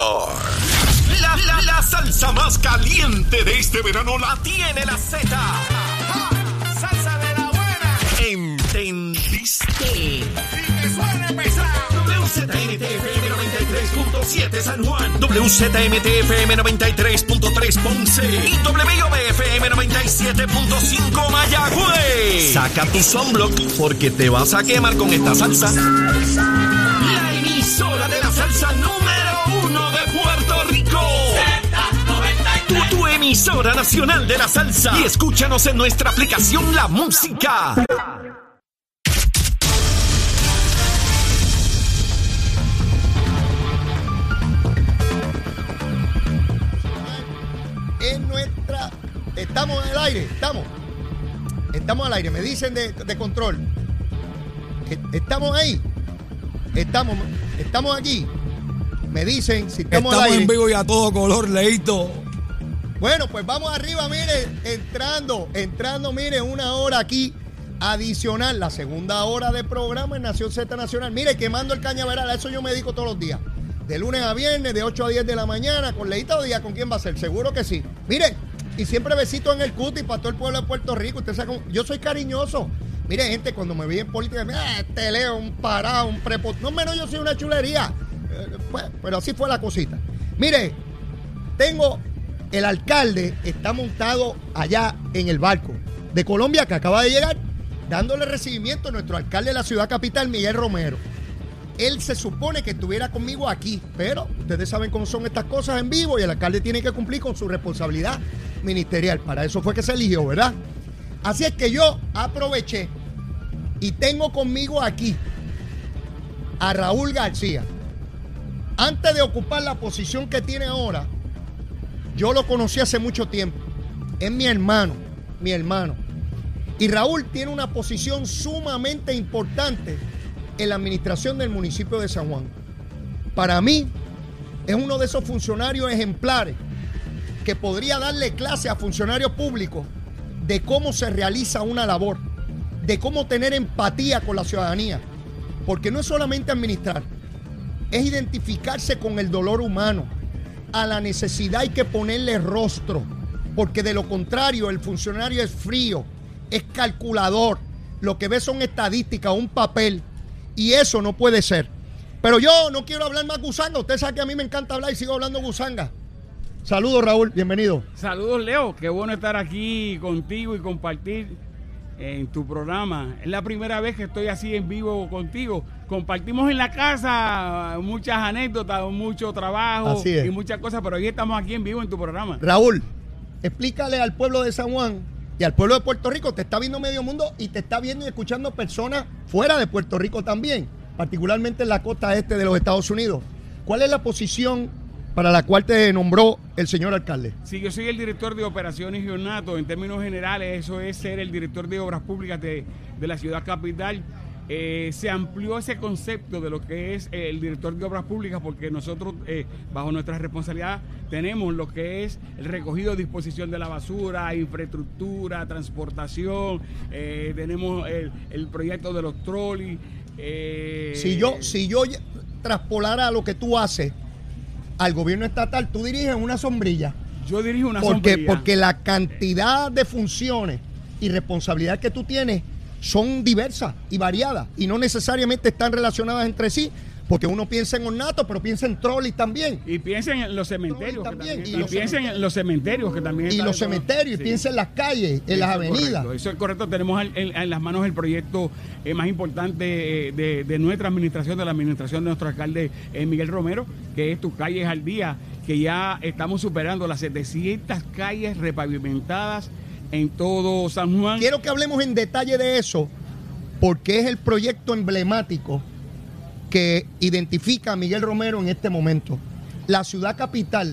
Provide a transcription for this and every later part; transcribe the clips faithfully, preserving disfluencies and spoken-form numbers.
mejor. La, la, la salsa más caliente de este verano la tiene la Z. Salsa de la buena. ¿Entendiste? Y que suene pesado. W Z M T F M noventa y tres punto siete San Juan, W Z M T F M noventa y tres punto tres Ponce y W I O B F M noventa y siete punto cinco Mayagüez. Saca tu sunblock porque te vas a quemar con esta salsa. La emisora de la salsa número uno de Puerto Rico. Z noventa y tres. Tu, tu emisora nacional de la salsa. Y escúchanos en nuestra aplicación La Música. En nuestra... Estamos en el aire, estamos. Estamos al aire, me dicen de, de control. Estamos ahí. Estamos, estamos aquí. Me dicen si estamos, estamos al aire. en vivo y a todo color, Leito. Bueno, pues vamos arriba, mire, entrando, entrando, mire, una hora aquí adicional, la segunda hora de programa en Nación Z Nacional. Mire, quemando el cañaveral, a eso yo me dedico todos los días. De lunes a viernes, de ocho a diez de la mañana, con Leito Díaz, ¿con quién va a ser? Seguro que sí. Mire, y siempre besito en el cutis para todo el pueblo de Puerto Rico. Usted sabe cómo, yo soy cariñoso. Mire, gente, cuando me vi en política, me ah, este Leo, un parado, un prepo. No menos, yo soy una chulería. Eh, pues, pero así fue la cosita. Mire, tengo, el alcalde está montado allá en el barco de Colombia, que acaba de llegar, dándole recibimiento a nuestro alcalde de la ciudad capital, Miguel Romero. Él se supone que estuviera conmigo aquí, pero ustedes saben cómo son estas cosas en vivo y el alcalde tiene que cumplir con su responsabilidad ministerial. Para eso fue que se eligió, ¿verdad? Así es que yo aproveché y tengo conmigo aquí a Raúl García. Antes de ocupar la posición que tiene ahora, yo lo conocí hace mucho tiempo. Es mi hermano, mi hermano. Y Raúl tiene una posición sumamente importante en la administración del municipio de San Juan. Para mí, es uno de esos funcionarios ejemplares que podría darle clase a funcionarios públicos de cómo se realiza una labor, de cómo tener empatía con la ciudadanía, porque no es solamente administrar, es identificarse con el dolor humano. A la necesidad hay que ponerle rostro, porque de lo contrario el funcionario es frío, es calculador, lo que ve son estadísticas, un papel, y eso no puede ser. Pero yo no quiero hablar más gusanga. Usted sabe que a mí me encanta hablar y sigo hablando gusanga. Saludos, Raúl, bienvenido. Saludos, Leo, qué bueno estar aquí contigo y compartir en tu programa. Es la primera vez que estoy así en vivo contigo. Compartimos en la casa muchas anécdotas, mucho trabajo y muchas cosas, pero hoy estamos aquí en vivo en tu programa. Raúl, explícale al pueblo de San Juan y al pueblo de Puerto Rico, te está viendo medio mundo y te está viendo y escuchando personas fuera de Puerto Rico también, particularmente en la costa este de los Estados Unidos. ¿Cuál es la posición para la cual te nombró el señor alcalde? Sí, yo soy el director de operaciones y ornato. En términos generales, eso es ser el director de obras públicas de, de la ciudad capital. Eh, se amplió ese concepto de lo que es eh, el director de obras públicas, porque nosotros, eh, bajo nuestra responsabilidad, tenemos lo que es el recogido, disposición de la basura, infraestructura, transportación, eh, tenemos el, el proyecto de los trolis. Eh, si yo, si yo traspolara lo que tú haces al gobierno estatal, tú diriges una sombrilla. Yo dirijo una porque, sombrilla. Porque la cantidad de funciones y responsabilidad que tú tienes son diversas y variadas y no necesariamente están relacionadas entre sí, porque uno piensa en ornato, pero piensa en trolis también. Y piensa en los cementerios. También, también, y y los piensa en los cementerios que también. Y los cementerios, sí. Y piensa en las calles, en eso las avenidas. Correcto, eso es correcto. Tenemos en, en, en las manos el proyecto eh, más importante eh, de, de nuestra administración, de la administración de nuestro alcalde eh, Miguel Romero, que es Tus Calles al Día, que ya estamos superando las setecientas calles repavimentadas en todo San Juan. Quiero que hablemos en detalle de eso, porque es el proyecto emblemático que identifica a Miguel Romero en este momento. La ciudad capital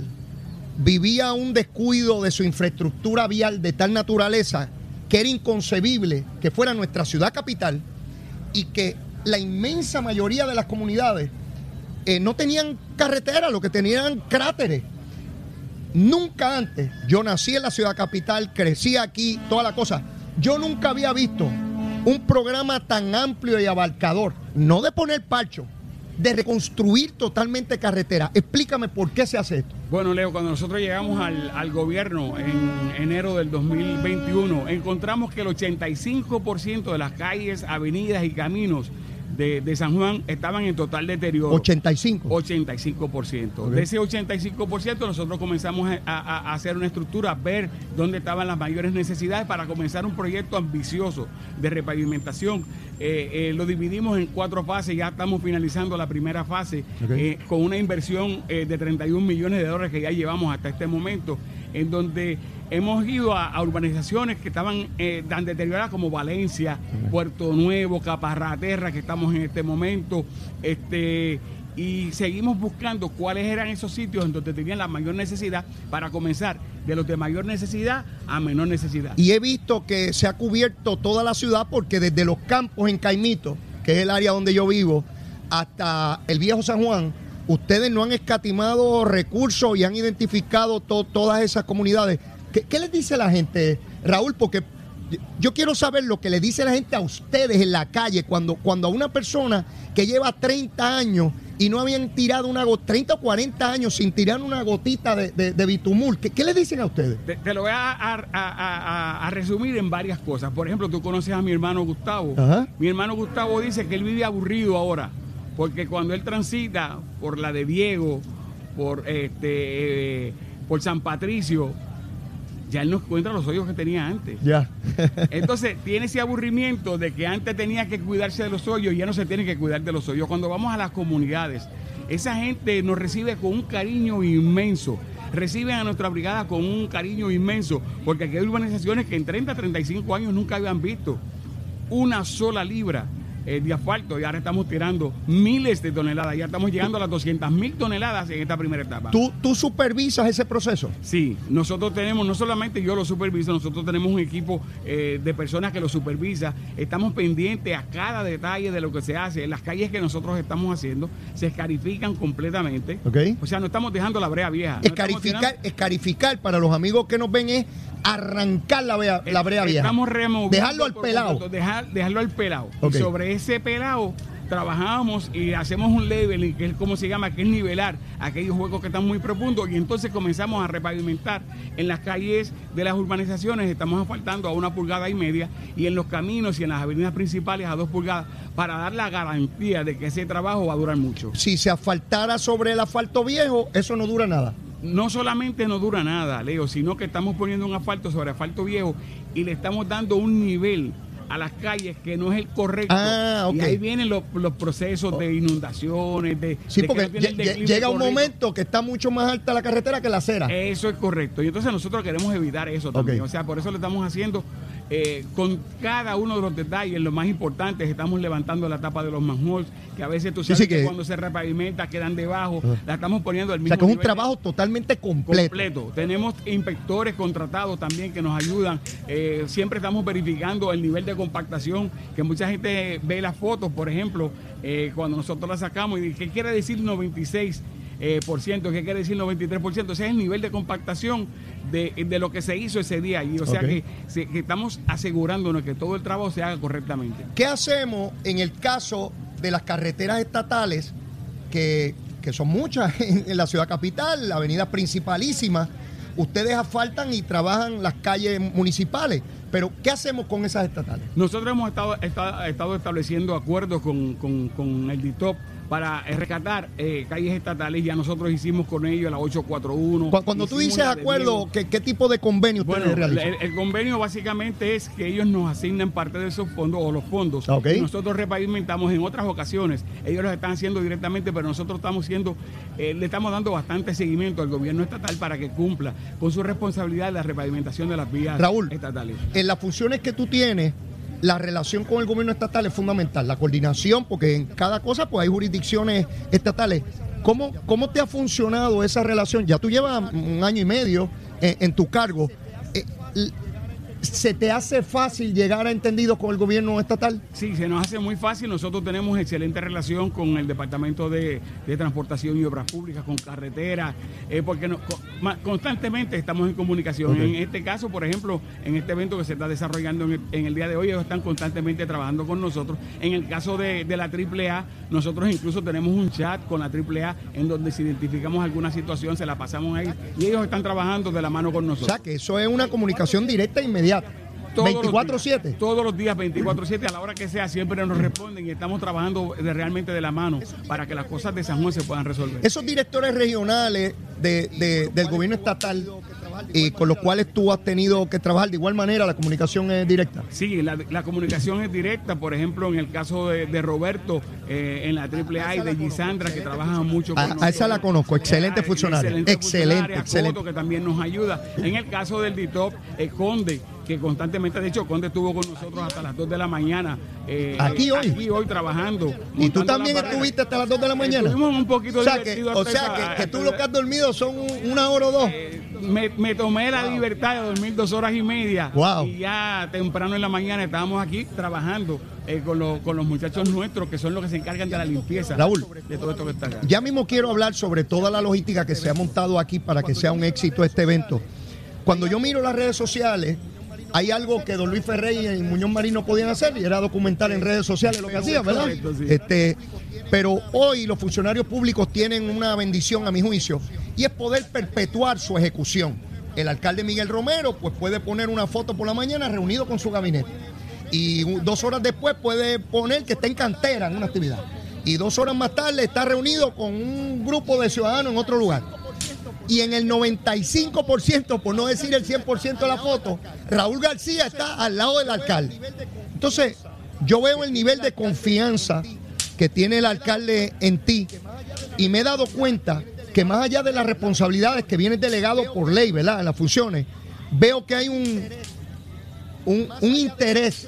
vivía un descuido de su infraestructura vial de tal naturaleza que era inconcebible que fuera nuestra ciudad capital y que la inmensa mayoría de las comunidades eh, no tenían carretera, lo que tenían eran cráteres. Nunca antes, yo nací en la ciudad capital, crecí aquí, toda la cosa. Yo nunca había visto un programa tan amplio y abarcador, no de poner parcho, de reconstruir totalmente carretera. Explícame por qué se hace esto. Bueno, Leo, cuando nosotros llegamos al, al gobierno en enero del dos mil veintiuno, encontramos que el ochenta y cinco por ciento de las calles, avenidas y caminos de, de San Juan estaban en total deterioro. ochenta y cinco. ochenta y cinco por ciento. Okay. De ese ochenta y cinco por ciento nosotros comenzamos a, a, a hacer una estructura, a ver dónde estaban las mayores necesidades para comenzar un proyecto ambicioso de repavimentación. Eh, eh, lo dividimos en cuatro fases, ya estamos finalizando la primera fase, okay. eh, con una inversión eh, de treinta y un millones de dólares que ya llevamos hasta este momento, en donde hemos ido a, a urbanizaciones que estaban eh, tan deterioradas como Valencia, uh-huh. Puerto Nuevo, Caparraterra, que estamos en este momento, este y seguimos buscando cuáles eran esos sitios en donde tenían la mayor necesidad para comenzar de los de mayor necesidad a menor necesidad. Y he visto que se ha cubierto toda la ciudad porque desde los campos en Caimito, que es el área donde yo vivo, hasta el viejo San Juan, ustedes no han escatimado recursos y han identificado to- todas esas comunidades. ¿Qué, ¿Qué les dice la gente, Raúl? Porque yo quiero saber lo que le dice la gente a ustedes en la calle cuando, cuando a una persona que lleva treinta años y no habían tirado una gotita, treinta o cuarenta años sin tirar una gotita de, de, de bitumul. ¿Qué, ¿Qué le dicen a ustedes? Te, te lo voy a, a, a, a, a resumir en varias cosas. Por ejemplo, tú conoces a mi hermano Gustavo. Ajá. Mi hermano Gustavo dice que él vive aburrido ahora, porque cuando él transita por la de Diego, por este, eh, por San Patricio, ya él no encuentra los hoyos que tenía antes. Ya. Entonces, tiene ese aburrimiento de que antes tenía que cuidarse de los hoyos y ya no se tiene que cuidar de los hoyos. Cuando vamos a las comunidades, esa gente nos recibe con un cariño inmenso. Reciben a nuestra brigada con un cariño inmenso, porque aquí hay urbanizaciones que en treinta, treinta y cinco años nunca habían visto una sola libra Eh, de asfalto, y ahora estamos tirando miles de toneladas, ya estamos llegando a las doscientas mil toneladas en esta primera etapa. ¿Tú, ¿Tú supervisas ese proceso? Sí, nosotros tenemos, no solamente yo lo superviso, nosotros tenemos un equipo eh, de personas que lo supervisa, estamos pendientes a cada detalle de lo que se hace. Las calles que nosotros estamos haciendo se escarifican completamente, okay. O sea, no estamos dejando la brea vieja. Escarificar, no tirando... escarificar para los amigos que nos ven es arrancar la brea, la brea vieja. Estamos removiendo. Dejarlo al pelado. Dejar, dejarlo al pelado. Okay. Y sobre ese pelado trabajamos y hacemos un leveling, que es como se llama, que es nivelar aquellos huecos que están muy profundos, y entonces comenzamos a repavimentar en las calles de las urbanizaciones. Estamos asfaltando a una pulgada y media, y en los caminos y en las avenidas principales a dos pulgadas, para dar la garantía de que ese trabajo va a durar mucho. Si se asfaltara sobre el asfalto viejo, eso no dura nada. No solamente no dura nada, Leo, sino que estamos poniendo un asfalto sobre asfalto viejo y le estamos dando un nivel a las calles que no es el correcto. Ah, okay. Y ahí vienen los, los procesos de inundaciones, de... Sí, de porque que no lle- llega un momento que está mucho más alta la carretera que la acera. Eso es correcto. Y entonces nosotros queremos evitar eso también. Okay. O sea, por eso lo estamos haciendo eh, con cada uno de los detalles. Lo más importante, estamos levantando la tapa de los manholes, que a veces tú sabes sí, sí, que, que cuando se repavimenta quedan debajo. Uh-huh. La estamos poniendo al mismo nivel. O sea, que es un nivel trabajo totalmente completo. completo. Tenemos inspectores contratados también que nos ayudan. Eh, siempre estamos verificando el nivel de compactación, que mucha gente ve las fotos, por ejemplo, eh, cuando nosotros las sacamos y dice, ¿qué quiere decir noventa y seis por ciento? ¿Qué quiere decir noventa y tres por ciento? Ese es el nivel de compactación de, de lo que se hizo ese día. Y o sea okay. que, que estamos asegurándonos que todo el trabajo se haga correctamente. ¿Qué hacemos en el caso de las carreteras estatales, que, que son muchas en, en la ciudad capital, la avenida principalísima? Ustedes asfaltan y trabajan las calles municipales, pero ¿qué hacemos con esas estatales? Nosotros hemos estado, estado, estado estableciendo acuerdos con, con, con el D I T O P para rescatar eh, calles estatales. Ya nosotros hicimos con ellos la ocho cuatro uno. Cuando tú dices acuerdo, ¿qué, ¿qué tipo de convenio ustedes bueno, realizan? El, el convenio básicamente es que ellos nos asignan parte de esos fondos o los fondos. Okay. Y nosotros repavimentamos en otras ocasiones. Ellos los están haciendo directamente, pero nosotros estamos haciendo, eh, le estamos dando bastante seguimiento al gobierno estatal para que cumpla con su responsabilidad de la repavimentación de las vías Raúl, estatales. En las funciones que tú tienes, la relación con el gobierno estatal es fundamental, la coordinación, porque en cada cosa pues hay jurisdicciones estatales. ¿Cómo, cómo te ha funcionado esa relación? Ya tú llevas un año y medio en, en tu cargo. Eh, ¿se te hace fácil llegar a entendidos con el gobierno estatal? Sí, se nos hace muy fácil. Nosotros tenemos excelente relación con el Departamento de, de Transportación y Obras Públicas, con carreteras, eh, porque no, con, ma, constantemente estamos en comunicación. Okay. En este caso, por ejemplo, en este evento que se está desarrollando en el, en el día de hoy, ellos están constantemente trabajando con nosotros. En el caso de, de la triple A, nosotros incluso tenemos un chat con la triple A en donde si identificamos alguna situación, se la pasamos ahí y ellos están trabajando de la mano con nosotros. O sea, que eso es una comunicación directa e inmediata. veinticuatro siete. Todos los días, veinticuatro siete, a la hora que sea, siempre nos responden y estamos trabajando de, realmente de la mano para que las cosas de San Juan se puedan resolver. Esos directores regionales de, de, del gobierno estatal y con los cuales tú has tenido que trabajar, de igual manera la comunicación es directa. Sí, la, la comunicación es directa. Por ejemplo, en el caso de, de Roberto eh, en la triple A y de Gisandra, que trabajan mucho con a, nosotros. A esa la conozco, excelente funcionaria. Excelente, excelente. excelente. Coto, que también nos ayuda. En el caso del D I T O P, eh, Conde, que constantemente, de hecho, Conde estuvo con nosotros hasta las dos de la mañana. Eh, aquí hoy. Aquí hoy trabajando. ¿Y tú también estuviste hasta las dos de la mañana? Estuvimos un poquito o sea que, divertidos. O sea que, que tú lo que has dormido son una hora o dos. Eh, me, me tomé la wow. libertad de dormir dos horas y media. Wow. Y ya temprano en la mañana estábamos aquí trabajando eh, con, lo, con los muchachos nuestros, que son los que se encargan de la limpieza. Raúl, de todo esto que está acá. Ya mismo quiero hablar sobre toda la logística que se ha montado aquí para que sea un éxito este evento. Cuando yo miro las redes sociales, hay algo que don Luis Ferrey y Muñoz Marín no podían hacer y era documentar en redes sociales lo que hacían, ¿verdad? Correcto, sí. Este, pero hoy los funcionarios públicos tienen una bendición, a mi juicio, y es poder perpetuar su ejecución. El alcalde Miguel Romero pues puede poner una foto por la mañana reunido con su gabinete y dos horas después puede poner que está en cantera en una actividad y dos horas más tarde está reunido con un grupo de ciudadanos en otro lugar. Y en el noventa y cinco por ciento, por no decir el cien por ciento de la foto, Raúl García está al lado del alcalde. Entonces, yo veo el nivel de confianza que tiene el alcalde en ti y me he dado cuenta que más allá de las responsabilidades que vienen delegadas por ley, ¿verdad?, en las funciones, veo que hay un, un, un interés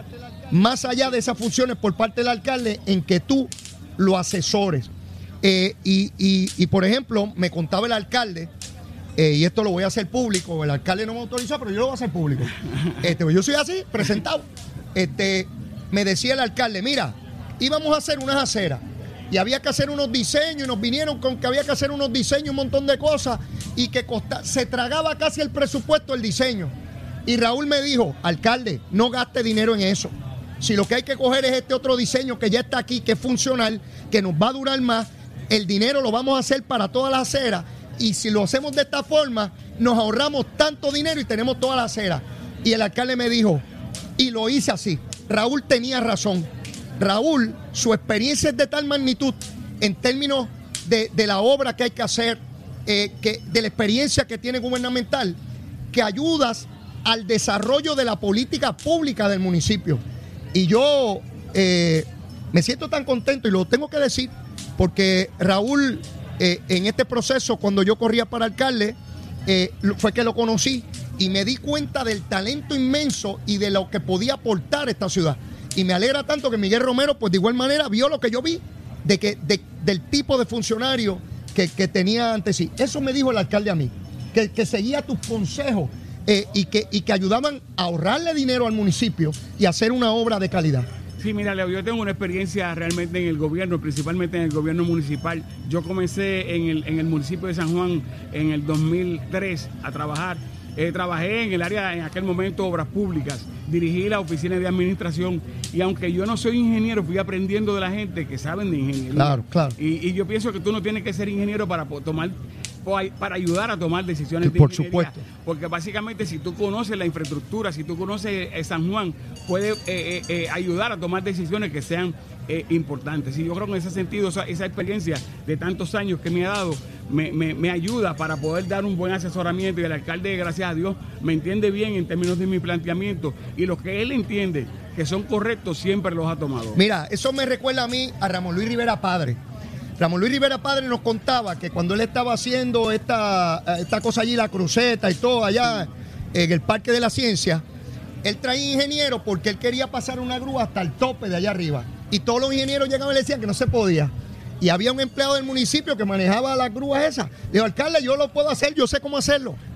más allá de esas funciones por parte del alcalde en que tú lo asesores. Eh, y, y, y, por ejemplo, me contaba el alcalde, eh, y esto lo voy a hacer público, el alcalde no me autorizó, pero yo lo voy a hacer público. Este, yo soy así, presentado. Este, me decía el alcalde, mira, íbamos a hacer unas aceras, y había que hacer unos diseños, y nos vinieron con que había que hacer unos diseños, un montón de cosas, y que costa, se tragaba casi el presupuesto el diseño. Y Raúl me dijo, alcalde, no gaste dinero en eso. Si lo que hay que coger es este otro diseño que ya está aquí, que es funcional, que nos va a durar más, el dinero lo vamos a hacer para todas las aceras y si lo hacemos de esta forma nos ahorramos tanto dinero y tenemos todas las aceras. Y el alcalde me dijo, y lo hice así, Raúl tenía razón. Raúl, su experiencia es de tal magnitud en términos de, de la obra que hay que hacer, eh, que, de la experiencia que tiene gubernamental, que ayudas al desarrollo de la política pública del municipio. Y yo eh, me siento tan contento y lo tengo que decir porque Raúl, eh, en este proceso, cuando yo corría para alcalde, eh, fue que lo conocí y me di cuenta del talento inmenso y de lo que podía aportar esta ciudad. Y me alegra tanto que Miguel Romero, pues de igual manera, vio lo que yo vi de que, de, del tipo de funcionario que, que tenía ante sí. Eso me dijo el alcalde a mí, que, que seguía tus consejos eh, y, que, y que ayudaban a ahorrarle dinero al municipio y hacer una obra de calidad. Sí, mira, Leo, yo tengo una experiencia realmente en el gobierno, principalmente en el gobierno municipal. Yo comencé en el, en el municipio de San Juan en el dos mil tres a trabajar. Eh, trabajé en el área, en aquel momento, obras públicas, dirigí la oficina de administración y aunque yo no soy ingeniero, fui aprendiendo de la gente que saben de ingeniería. Claro, claro. Y, y yo pienso que tú no tienes que ser ingeniero para tomar, para ayudar a tomar decisiones de Por ingeniería. supuesto. Porque básicamente si tú conoces la infraestructura, si tú conoces eh, San Juan, puedes eh, eh, ayudar a tomar decisiones que sean eh, importantes. Y yo creo que en ese sentido, esa, esa experiencia de tantos años que me ha dado, me, me, me ayuda para poder dar un buen asesoramiento. Y el alcalde, gracias a Dios, me entiende bien en términos de mi planteamiento. Y los que él entiende que son correctos, siempre los ha tomado. Mira, eso me recuerda a mí a Ramón Luis Rivera Padre. Ramón Luis Rivera Padre nos contaba que cuando él estaba haciendo esta, esta cosa allí, la cruceta y todo allá en el Parque de la Ciencia, él traía ingenieros porque él quería pasar una grúa hasta el tope de allá arriba. Y todos los ingenieros llegaban y le decían que no se podía. Y había un empleado del municipio que manejaba las grúas esas. Le dijo, alcalde, yo lo puedo hacer, yo sé cómo hacerlo.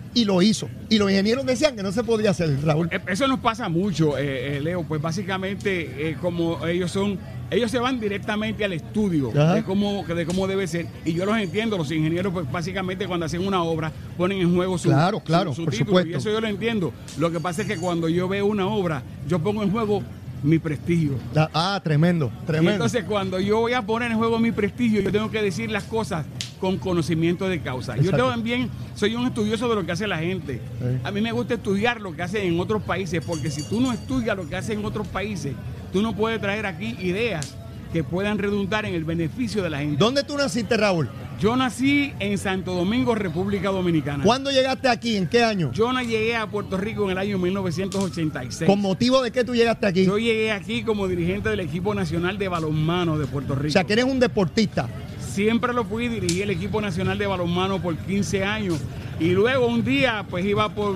y lo hizo. Y los ingenieros decían que no se podía hacer, Raúl. Eso nos pasa mucho, eh, eh, Leo. Pues básicamente, eh, como ellos son, ellos se van directamente al estudio de cómo, de cómo debe ser. Y yo los entiendo, los ingenieros, pues básicamente cuando hacen una obra, ponen en juego su, claro, claro, su, su por título. supuesto. Y eso yo lo entiendo. Lo que pasa es que cuando yo veo una obra, yo pongo en juego mi prestigio. Ah, tremendo, tremendo. Y entonces cuando yo voy a poner en juego mi prestigio, yo tengo que decir las cosas con conocimiento de causa. Exacto. Yo también soy un estudioso de lo que hace la gente. Sí. A mí me gusta estudiar lo que hacen en otros países, porque si tú no estudias lo que hacen en otros países, tú no puedes traer aquí ideas que puedan redundar en el beneficio de la gente. ¿Dónde tú naciste, Raúl? Yo nací en Santo Domingo, República Dominicana. ¿Cuándo llegaste aquí? ¿En qué año? Yo no llegué a Puerto Rico en el año mil novecientos ochenta y seis. ¿Con motivo de qué tú llegaste aquí? Yo llegué aquí como dirigente del equipo nacional de balonmano de Puerto Rico. O sea, que eres un deportista. Siempre lo fui, dirigí el equipo nacional de balonmano por quince años. Y luego un día, pues iba por,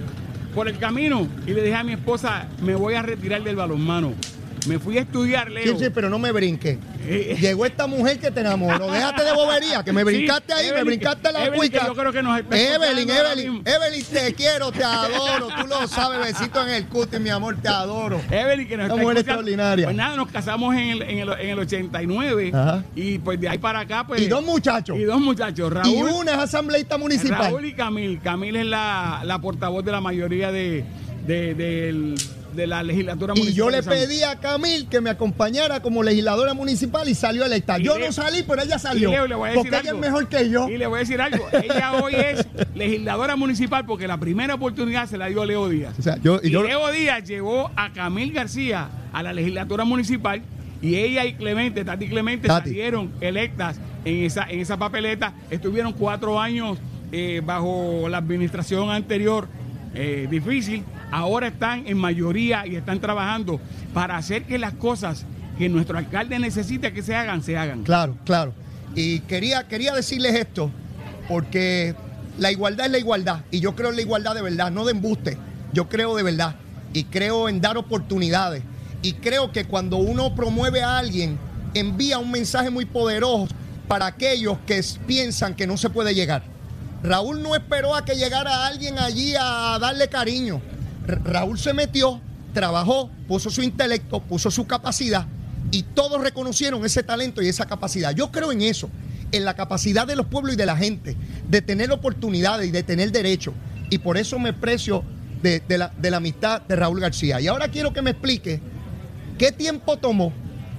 por el camino y le dije a mi esposa, me voy a retirar del balonmano. Me fui a estudiar, Leo. Sí, sí, pero no me brinque. Eh, Llegó esta mujer que te enamoró. Déjate de bobería, que me brincaste sí, ahí, Evelyn, me brincaste la Evelyn, cuica. Yo creo que nos está Evelyn, Evelyn, Evelyn, te quiero, te adoro. Tú lo sabes, besito en el cuti, mi amor, te adoro. Evelyn, que nos Una está mujer escuchando. extraordinaria. Pues nada, nos casamos en el, en el, en el ochenta y nueve. Ajá. Y pues de ahí para acá, pues. Y dos muchachos. Y dos muchachos, Raúl. Y una es asambleísta municipal. Raúl y Camil. Camil es la, la portavoz de la mayoría de, de, de, de la legislatura municipal. Y yo le pedí a Camil que me acompañara como legisladora municipal y salió electa. Yo Leo, no salí, pero ella salió. Leo, le voy a decir porque algo. ella es mejor que yo. Y le voy a decir algo. Ella hoy es legisladora municipal porque la primera oportunidad se la dio a Leo Díaz. O sea, yo, y y yo... Leo Díaz llevó a Camil García a la legislatura municipal y ella y Clemente, Tati Clemente, Tati. salieron electas en esa, en esa papeleta. Estuvieron cuatro años eh, bajo la administración anterior, eh, difícil. Ahora están en mayoría y están trabajando para hacer que las cosas que nuestro alcalde necesita que se hagan, se hagan. Claro, claro. Y quería, quería decirles esto, porque la igualdad es la igualdad. Y yo creo en la igualdad de verdad, no de embuste. Yo creo de verdad. Y creo en dar oportunidades. Y creo que cuando uno promueve a alguien, envía un mensaje muy poderoso para aquellos que piensan que no se puede llegar. Raúl no esperó a que llegara alguien allí a darle cariño. Raúl se metió, trabajó, puso su intelecto, puso su capacidad y todos reconocieron ese talento y esa capacidad. Yo creo en eso, en la capacidad de los pueblos y de la gente, de tener oportunidades y de tener derechos. Y por eso me precio de, de, la, de la amistad de Raúl García. Y ahora quiero que me explique qué tiempo tomó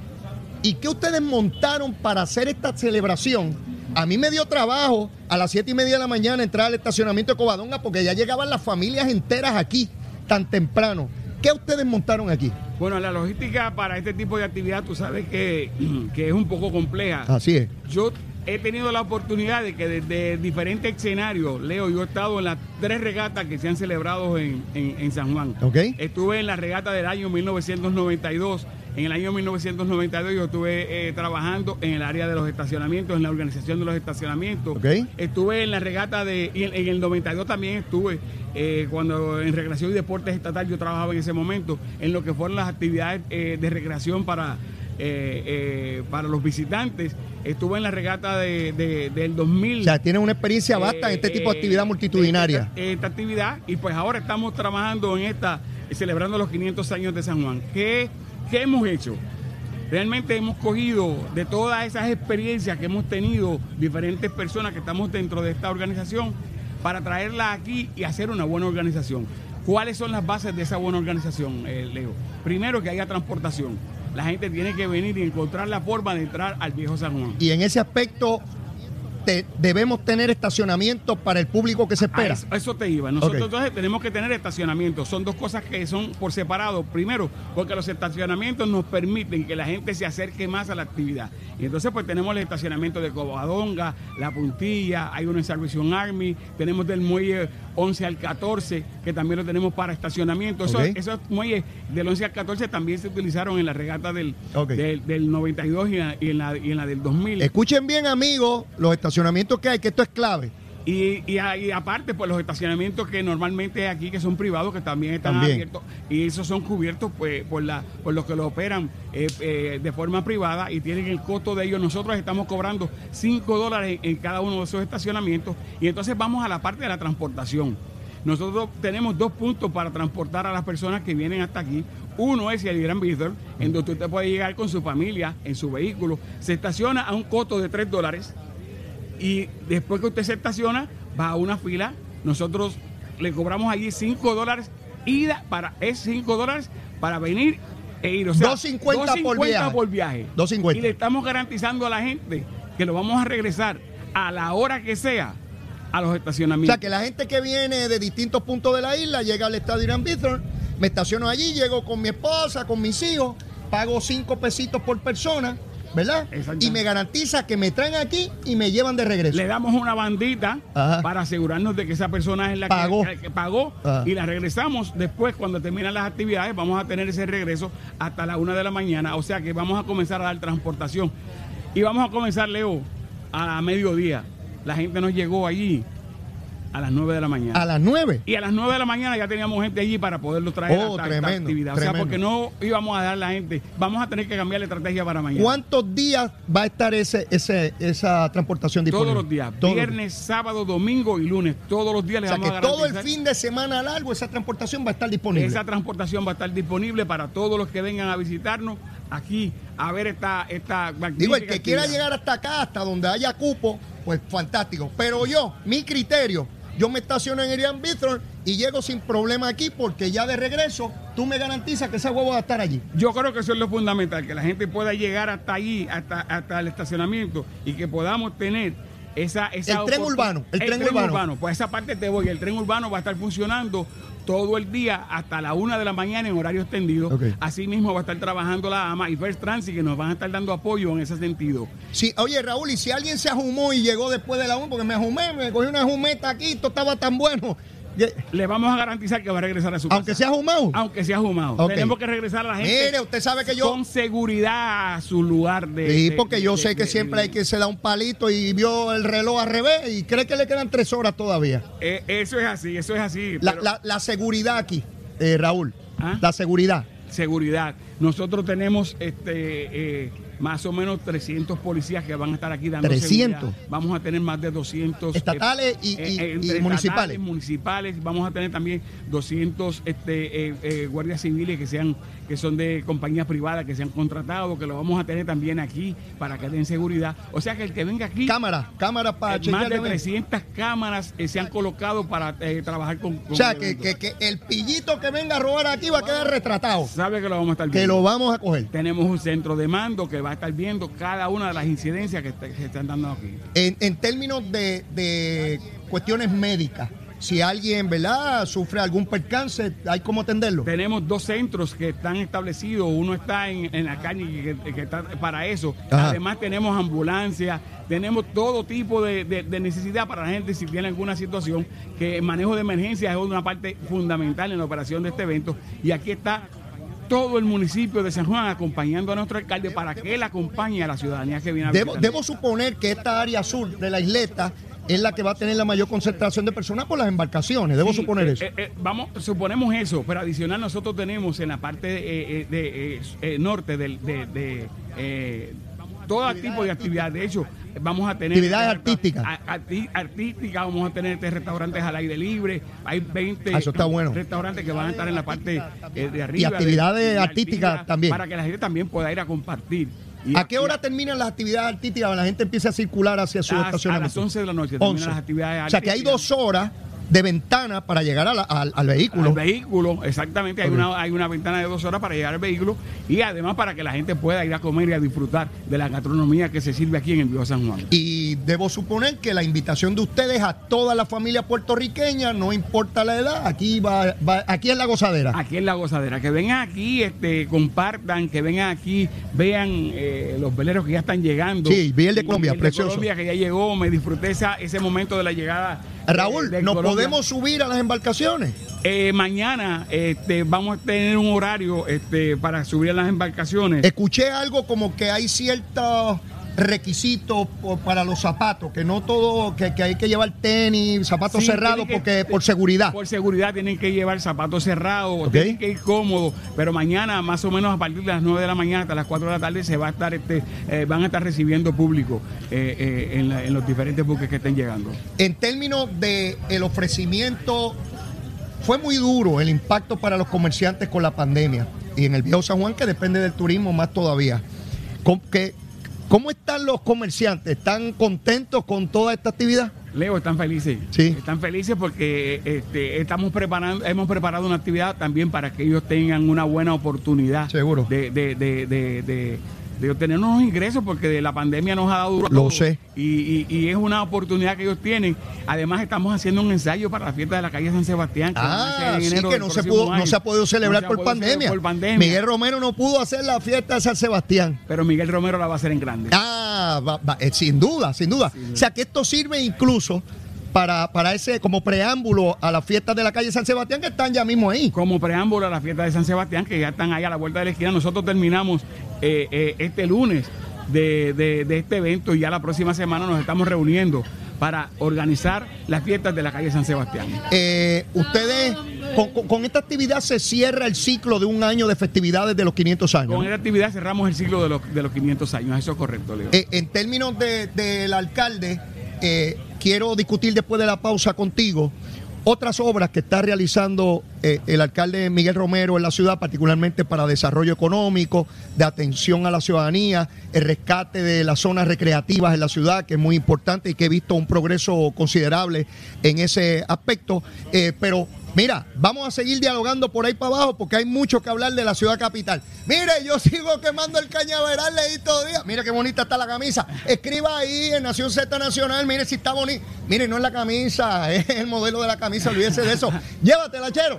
y qué ustedes montaron para hacer esta celebración. A mí me dio trabajo a las siete y media de la mañana entrar al estacionamiento de Covadonga porque ya llegaban las familias enteras aquí tan temprano. ¿Qué ustedes montaron aquí? Bueno, la logística para este tipo de actividad, tú sabes que, que es un poco compleja. Así es. Yo he tenido la oportunidad de que desde diferentes escenarios, Leo, yo he estado en las tres regatas que se han celebrado en, en, en San Juan. Okay. Estuve en la regata del año mil novecientos noventa y dos. En el año mil novecientos noventa y dos yo estuve eh, trabajando en el área de los estacionamientos, en la organización de los estacionamientos. Okay. Estuve en la regata de... Y en, en el noventa y dos también estuve, eh, cuando en Recreación y Deportes Estatal yo trabajaba en ese momento, en lo que fueron las actividades eh, de recreación para, eh, eh, para los visitantes. Estuve en la regata de, de, del dos mil. O sea, tienes una experiencia vasta eh, en este tipo de actividad multitudinaria. Esta, esta actividad, y pues ahora estamos trabajando en esta, celebrando los quinientos años de San Juan. ¿Qué, qué hemos hecho? Realmente hemos cogido de todas esas experiencias que hemos tenido diferentes personas que estamos dentro de esta organización para traerla aquí y hacer una buena organización. ¿Cuáles son las bases de esa buena organización, eh, Leo? Primero, que haya transportación. La gente tiene que venir y encontrar la forma de entrar al viejo San Juan. Y en ese aspecto te, debemos tener estacionamientos para el público que se espera. Eso, eso te iba. Nosotros okay. entonces tenemos que tener estacionamientos. Son dos cosas que son por separado. Primero, porque los estacionamientos nos permiten que la gente se acerque más a la actividad. Y entonces pues tenemos el estacionamiento de Covadonga, La Puntilla, hay uno en Salvation Army, tenemos del muelle once al catorce, que también lo tenemos para estacionamiento. Okay. Esos, esos muelles del once al catorce también se utilizaron en la regata del, okay. del, del noventa y dos y en, la, y, en la, y en la del dos mil. Escuchen bien, amigos, los estacionamientos que hay, que esto es clave. Y, y, y aparte, pues los estacionamientos que normalmente aquí, que son privados, que también están También. abiertos, y esos son cubiertos pues por la por los que lo operan eh, eh, de forma privada y tienen el costo de ellos. Nosotros estamos cobrando cinco dólares en, en cada uno de esos estacionamientos. Y entonces vamos a la parte de la transportación. Nosotros tenemos dos puntos para transportar a las personas que vienen hasta aquí. Uno es el Irán Bithorn, en donde usted puede llegar con su familia en su vehículo. Se estaciona a un costo de tres dólares. Y después que usted se estaciona, va a una fila. Nosotros le cobramos allí cinco dólares ida para es cinco dólares para venir e ir. O sea, dos cincuenta por viaje. por viaje. dos cincuenta. Y le estamos garantizando a la gente que lo vamos a regresar a la hora que sea a los O estacionamientos. sea, que la gente que viene de distintos puntos de la isla llega al estadio Irán Bithorn, me estaciono allí, llego con mi esposa, con mis hijos, pago cinco pesitos por persona, ¿verdad? Exacto. Y me garantiza que me traen aquí y me llevan de regreso. Le damos una bandita Ajá. para asegurarnos de que esa persona es la Pagó. que, que pagó Ajá. y la regresamos después cuando terminan las actividades. Vamos a tener ese regreso hasta la una de la mañana. O sea que vamos a comenzar a dar transportación. Y vamos a comenzar, Leo, a mediodía. La gente nos llegó allí a las nueve de la mañana. A las nueve. Y a las nueve de la mañana ya teníamos gente allí para poderlo traer Oh, hasta esta tremendo, actividad. O tremendo. sea, porque no íbamos a dar la gente. Vamos a tener que cambiar la estrategia para mañana. ¿Cuántos días va a estar ese, ese, esa transportación disponible? Todos los días. Todos los Viernes, sábado, domingo y lunes. Todos los días le O sea, vamos que a todo garantizar. el fin de semana largo esa transportación va a estar disponible. Esa transportación va a estar disponible para todos los que vengan a visitarnos aquí a ver esta esta Digo, el magnífica que quiera actividad. llegar hasta acá, hasta donde haya cupo, pues fantástico. Pero yo, mi criterio, yo me estaciono en Irán Bithorn y llego sin problema aquí porque ya de regreso tú me garantizas que ese huevo va a estar allí. Yo creo que eso es lo fundamental, que la gente pueda llegar hasta allí, hasta, hasta el estacionamiento y que podamos tener esa... esa El tren oportun- urbano, el tren urbano. Pues esa parte te voy, el tren urbano va a estar funcionando todo el día hasta la una de la mañana en horario extendido. Ok. Así mismo va a estar trabajando la A M A y First Transit, que nos van a estar dando apoyo en ese sentido. Sí, oye, Raúl, y si alguien se ajumó y llegó después de la una, porque me ajumé, me cogí una jumeta aquí, esto estaba tan bueno. Ye- Le vamos a garantizar que va a regresar a su casa. Aunque sea ajumado. Aunque sea fumado. Ok. Tenemos que regresar a la gente. Mire, usted sabe que yo... con seguridad a su lugar de. Sí, de- porque yo de- sé de- que de- siempre hay que se da un palito y vio el reloj al revés y cree que le quedan tres horas todavía. Eh, eso es así, eso es así. La, pero- la- la seguridad aquí, eh, Raúl, ¿Ah? la seguridad. Seguridad. Nosotros tenemos este eh, más o menos trescientos policías que van a estar aquí dando trescientos. seguridad. Vamos a tener más de doscientos Estatales y- y- y entre estatales, municipales. municipales. Vamos a tener también doscientos este, eh, eh, guardias civiles que sean que son de compañías privadas que se han contratado, que lo vamos a tener también aquí para que den seguridad. O sea que el que venga aquí, Cámara, cámara para eh, más chequear de también. trescientas cámaras eh, se han colocado para eh, trabajar con, con O sea, el que, evento. que- que el pillito que venga a robar aquí va a quedar retratado. Sabe que lo vamos a estar Que viendo. lo vamos a coger. Tenemos un centro de mando que va a estar viendo cada una de las incidencias que, está- que se están dando aquí. En, en términos de, de cuestiones médicas, si alguien, ¿verdad?, sufre algún percance, ¿hay cómo atenderlo? Tenemos dos centros que están establecidos. Uno está en, en la calle que, que está para eso. Ajá. Además tenemos ambulancias, tenemos todo tipo de, de- de necesidad para la gente si tiene alguna situación, que el manejo de emergencias es una parte fundamental en la operación de este evento. Y aquí está todo el municipio de San Juan acompañando a nuestro alcalde para que él acompañe a la ciudadanía que viene a Debo, visitar. debo suponer que esta área sur de la isleta es la que va a tener la mayor concentración de personas por las embarcaciones. Debo Sí, suponer eh, eso. eh, eh, vamos, suponemos eso, pero adicional nosotros tenemos en la parte eh, eh, de, eh, eh, norte del- de, de, eh, todo tipo de actividades. De hecho, vamos a tener Actividades este, artísticas. a- arti- artísticas, vamos a tener este, restaurantes al aire libre. Hay veinte Ah, eso está bueno. restaurantes que van a estar en la parte eh, de arriba. Y actividades de- de artísticas altiva, también. Para que la gente también pueda ir a compartir. Y ¿A qué aquí- hora terminan las actividades artísticas? Cuando la gente empieza a circular hacia su A- a estacionamiento. las once de la noche terminan once. las actividades O sea que hay artísticas. dos horas de ventana para llegar a la- al, al vehículo. Al vehículo, exactamente. Hay, Ok. una, hay una ventana de dos horas para llegar al vehículo y además para que la gente pueda ir a comer y a disfrutar de la gastronomía que se sirve aquí en el Viejo San Juan. Y debo suponer que la invitación de ustedes a toda la familia puertorriqueña, no importa la edad, aquí va, va- aquí es la gozadera. Aquí en la gozadera. Que vengan aquí, este, compartan, que vengan aquí, vean eh, los veleros que ya están llegando. Sí, vi el de Y Colombia, el de precioso. Colombia que ya llegó, me disfruté esa, ese momento de la llegada. eh, Raúl, de ¿nos Colombia. podemos subir a las embarcaciones? Eh, mañana este, vamos a tener un horario este, para subir a las embarcaciones. Escuché algo como que hay ciertos requisitos por- para los zapatos, que no todo, que, que hay que llevar tenis, zapatos Sí, cerrados, tienen que- porque por seguridad. Por seguridad tienen que llevar zapatos cerrados, Ok. tienen que ir cómodos, pero mañana más o menos a partir de las nueve de la mañana hasta las cuatro de la tarde se va a estar este, eh, van a estar recibiendo público eh, eh, en, la- en los diferentes buques que estén llegando. En términos de el ofrecimiento, fue muy duro el impacto para los comerciantes con la pandemia. Y en el Viejo San Juan, que depende del turismo más todavía. ¿Cómo, que, ¿cómo están los comerciantes? ¿Están contentos con toda esta actividad? Leo, están felices. Sí. Están felices porque este, estamos preparando, hemos preparado una actividad también para que ellos tengan una buena oportunidad. Seguro. De, de, de, de, de- de obtener unos ingresos, porque de la pandemia nos ha dado duro a Lo todos. sé. Y, y, y es una oportunidad que ellos tienen. Además, estamos haciendo un ensayo para la fiesta de la calle San Sebastián. Que van a ser Ah, en sí, enero que del no se, próximo pudo, no año. se ha podido celebrar No se ha por, podido celebrar pandemia. por pandemia. Miguel Romero no pudo hacer la fiesta de San Sebastián. Pero Miguel Romero la va a hacer en grande. Ah, va- va, eh, sin duda, sin duda. O sea que esto sirve incluso para, para ese, como preámbulo a las fiestas de la calle San Sebastián, que están ya mismo ahí. Como preámbulo a la fiesta de San Sebastián, que ya están ahí a la vuelta de la esquina. Nosotros terminamos eh, eh, este lunes de, de- de este evento y ya la próxima semana nos estamos reuniendo para organizar las fiestas de la calle San Sebastián. Eh, ustedes, con, con- con esta actividad se cierra el ciclo de un año de festividades de los quinientos años. Con ¿no? esta actividad cerramos el ciclo de los, de los quinientos años. Eso es correcto, Leo. Eh, en términos de- del alcalde, eh, quiero discutir después de la pausa contigo otras obras que está realizando eh, el alcalde Miguel Romero en la ciudad, particularmente para desarrollo económico, de atención a la ciudadanía, el rescate de las zonas recreativas en la ciudad, que es muy importante y que he visto un progreso considerable en ese aspecto. Eh, pero mira, vamos a seguir dialogando por ahí para abajo porque hay mucho que hablar de la ciudad capital. Mire, yo sigo quemando el cañaveral, leí todo día. Mire qué bonita está la camisa. Escriba ahí en Nación Z Nacional, mire si está bonita. Mire, no es la camisa, es el modelo de la camisa, olvídese de eso. Llévatela, Chero.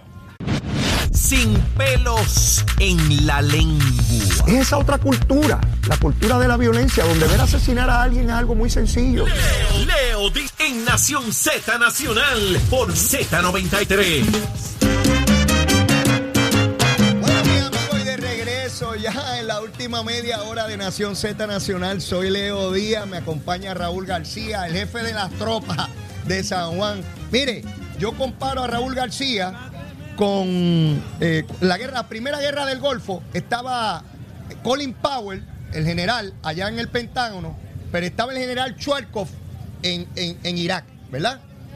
Sin pelos en la lengua. Es esa otra cultura, la cultura de la violencia, donde ver asesinar a alguien es algo muy sencillo. Leo, Leo Di- en Nación Z Nacional por Z noventa y tres. Bueno, mis amigos, y de regreso ya en la última media hora de Nación Z Nacional, soy Leo Díaz, me acompaña Raúl García, el jefe de las tropas de San Juan. Mire, yo comparo a Raúl García con eh, la guerra, la primera guerra del Golfo. Estaba Colin Powell, el general, allá en el Pentágono, pero estaba el general Schwarzkopf en, en, en Irak, ¿verdad?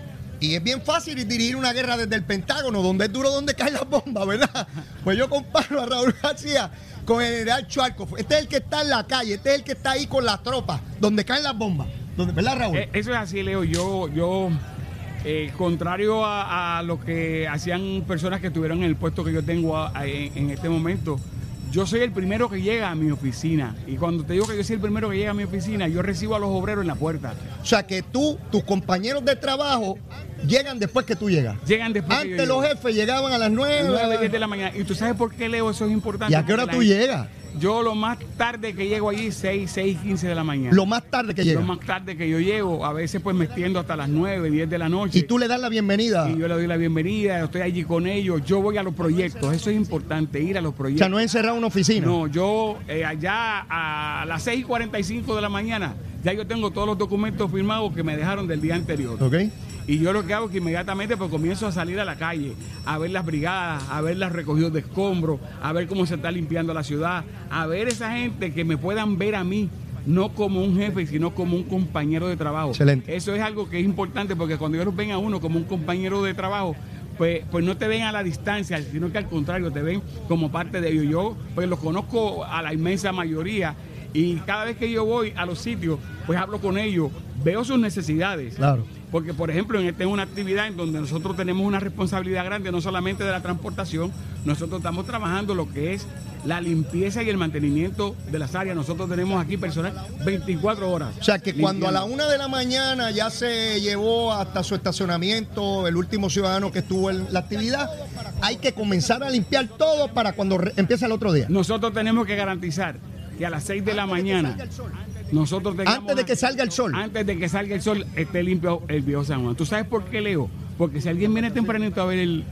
Y es bien fácil dirigir una guerra desde el Pentágono, donde es duro donde caen las bombas, ¿verdad? Pues yo comparo a Raúl García con el general Schwarzkopf. Este es el que está en la calle, este es el que está ahí con las tropas, donde caen las bombas. Donde, ¿verdad, Raúl? Eh, Eso es así, Leo. Yo, yo eh, contrario a, a lo que hacían personas que estuvieron en el puesto que yo tengo a- a- en, en este momento, yo soy el primero que llega a mi oficina. Y cuando te digo que yo soy el primero que llega a mi oficina, yo recibo a los obreros en la puerta. O sea, que tú, tus compañeros de trabajo llegan después que tú llegas. Llegan después que yo Antes los llego. jefes llegaban a las nueve. nueve, diez de la mañana. ¿Y tú sabes por qué, Leo? Eso es importante. ¿Y a qué Porque hora la tú gente- llegas? Yo lo más tarde que llego allí, seis, seis, quince de la mañana. Lo más tarde que llegas. Lo más tarde que yo llego, a veces pues me extiendo hasta las nueve, diez de la noche. Y tú le das la bienvenida. Y yo le doy la bienvenida, estoy allí con ellos, yo voy a los proyectos, eso es importante, ir a los O proyectos. sea, no es encerrado en una oficina. No, yo eh, allá a las seis y cuarenta y cinco de la mañana, ya yo tengo todos los documentos firmados que me dejaron del día anterior. ¿Ok? Y yo lo que hago es que inmediatamente pues comienzo a salir a la calle, a ver las brigadas, a ver las recogidos de escombros, a ver cómo se está limpiando la ciudad, a ver esa gente que me puedan ver a mí, no como un jefe, sino como un compañero de trabajo. Excelente. Eso es algo que es importante porque cuando ellos ven a uno como un compañero de trabajo, pues, pues no te ven a la distancia, sino que al contrario, te ven como parte de ellos. Yo pues los conozco a la inmensa mayoría y cada vez que yo voy a los sitios, pues hablo con ellos, veo sus necesidades. Claro. Porque, por ejemplo, en esta es una actividad en donde nosotros tenemos una responsabilidad grande, no solamente de la transportación, nosotros estamos trabajando lo que es la limpieza y el mantenimiento de las áreas. Nosotros tenemos aquí personal veinticuatro horas. O sea, que cuando a la limpiando. una de la mañana ya se llevó hasta su estacionamiento el último ciudadano que estuvo en la actividad, hay que comenzar a limpiar todo para cuando re- empiece el otro día. Nosotros tenemos que garantizar que a las seis de la mañana nosotros tengamos Antes de que salga el sol. Antes de que salga el sol esté limpio el Viejo San Juan. ¿Tú sabes por qué, Leo? Porque si alguien viene tempranito a ver el,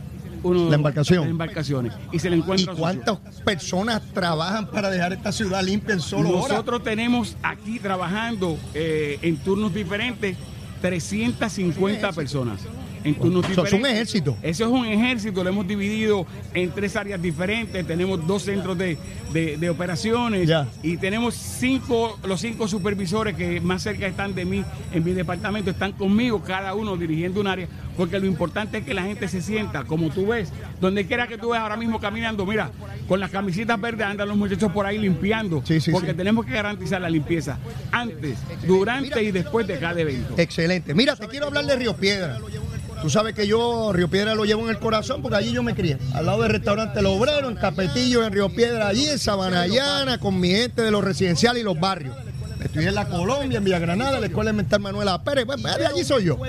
uno la embarcación. las embarcaciones y se le encuentra. ¿Y cuántas sucio. personas trabajan para dejar esta ciudad limpia en solo horas? Nosotros tenemos aquí trabajando eh, en turnos diferentes trescientas cincuenta personas. En turnos Eso es diferentes. un ejército. Eso es un ejército, lo hemos dividido en tres áreas diferentes, tenemos dos centros de, de, de operaciones Ya. y tenemos cinco, los cinco supervisores que más cerca están de mí en mi departamento, están conmigo, cada uno dirigiendo un área, porque lo importante es que la gente se sienta, como tú ves, donde quiera que tú ves ahora mismo caminando, mira, con las camisitas verdes andan los muchachos por ahí limpiando, Sí, sí, porque sí. tenemos que garantizar la limpieza antes, durante y después de cada evento. Excelente. Mira, te quiero hablar de Río Piedra. Tú sabes que yo Río Piedra lo llevo en el corazón porque allí yo me crié. Al lado del restaurante El Obrero, en Capetillo, en Río Piedra, allí en Sabanayana, con mi gente de los residenciales y los barrios. Estudié en la Colombia, en Villa Granada, en la Escuela Elemental Manuela Pérez. Pues, de allí soy yo.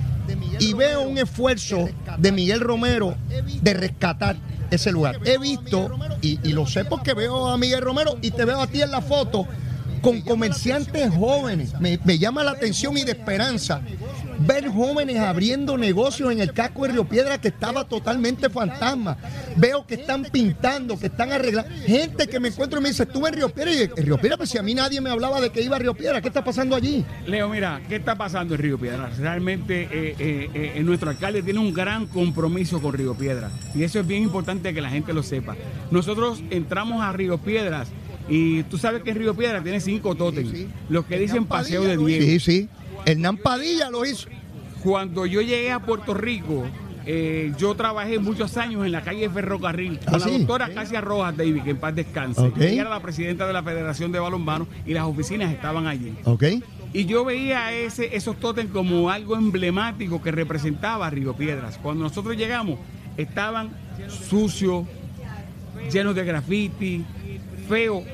Y veo un esfuerzo de Miguel Romero de rescatar ese lugar. He visto, y, y lo sé porque veo a Miguel Romero y te veo a ti en la foto, con comerciantes jóvenes. Me, me llama la atención y de esperanza ver jóvenes abriendo negocios en el casco de Río Piedra que estaba totalmente fantasma. Veo que están pintando, que están arreglando. Gente que me encuentro y me dice, estuve en Río Piedra. Y en Río Piedra, pues si a mí nadie me hablaba de que iba a Río Piedra, ¿qué está pasando allí? Leo, mira, ¿qué está pasando en Río Piedra? Realmente eh, eh, eh, nuestro alcalde tiene un gran compromiso con Río Piedra y eso es bien importante que la gente lo sepa. Nosotros entramos a Río Piedras y tú sabes que Río Piedra tiene cinco tótems, Sí, sí. los que dicen Hernán Paseo Padilla de lo Diego. Sí, sí. Hernán Padilla lo hizo. Cuando yo llegué a Puerto Rico, eh, yo trabajé muchos años en la calle Ferrocarril con ¿Ah, la sí? doctora Casia Rojas David, que en paz descanse. Ok. Ella era la presidenta de la Federación de Balonmano y las oficinas estaban allí. ¿Ok? Y yo veía ese, esos tótems como algo emblemático que representaba a Río Piedras. Cuando nosotros llegamos, estaban sucios, llenos de grafiti, feos.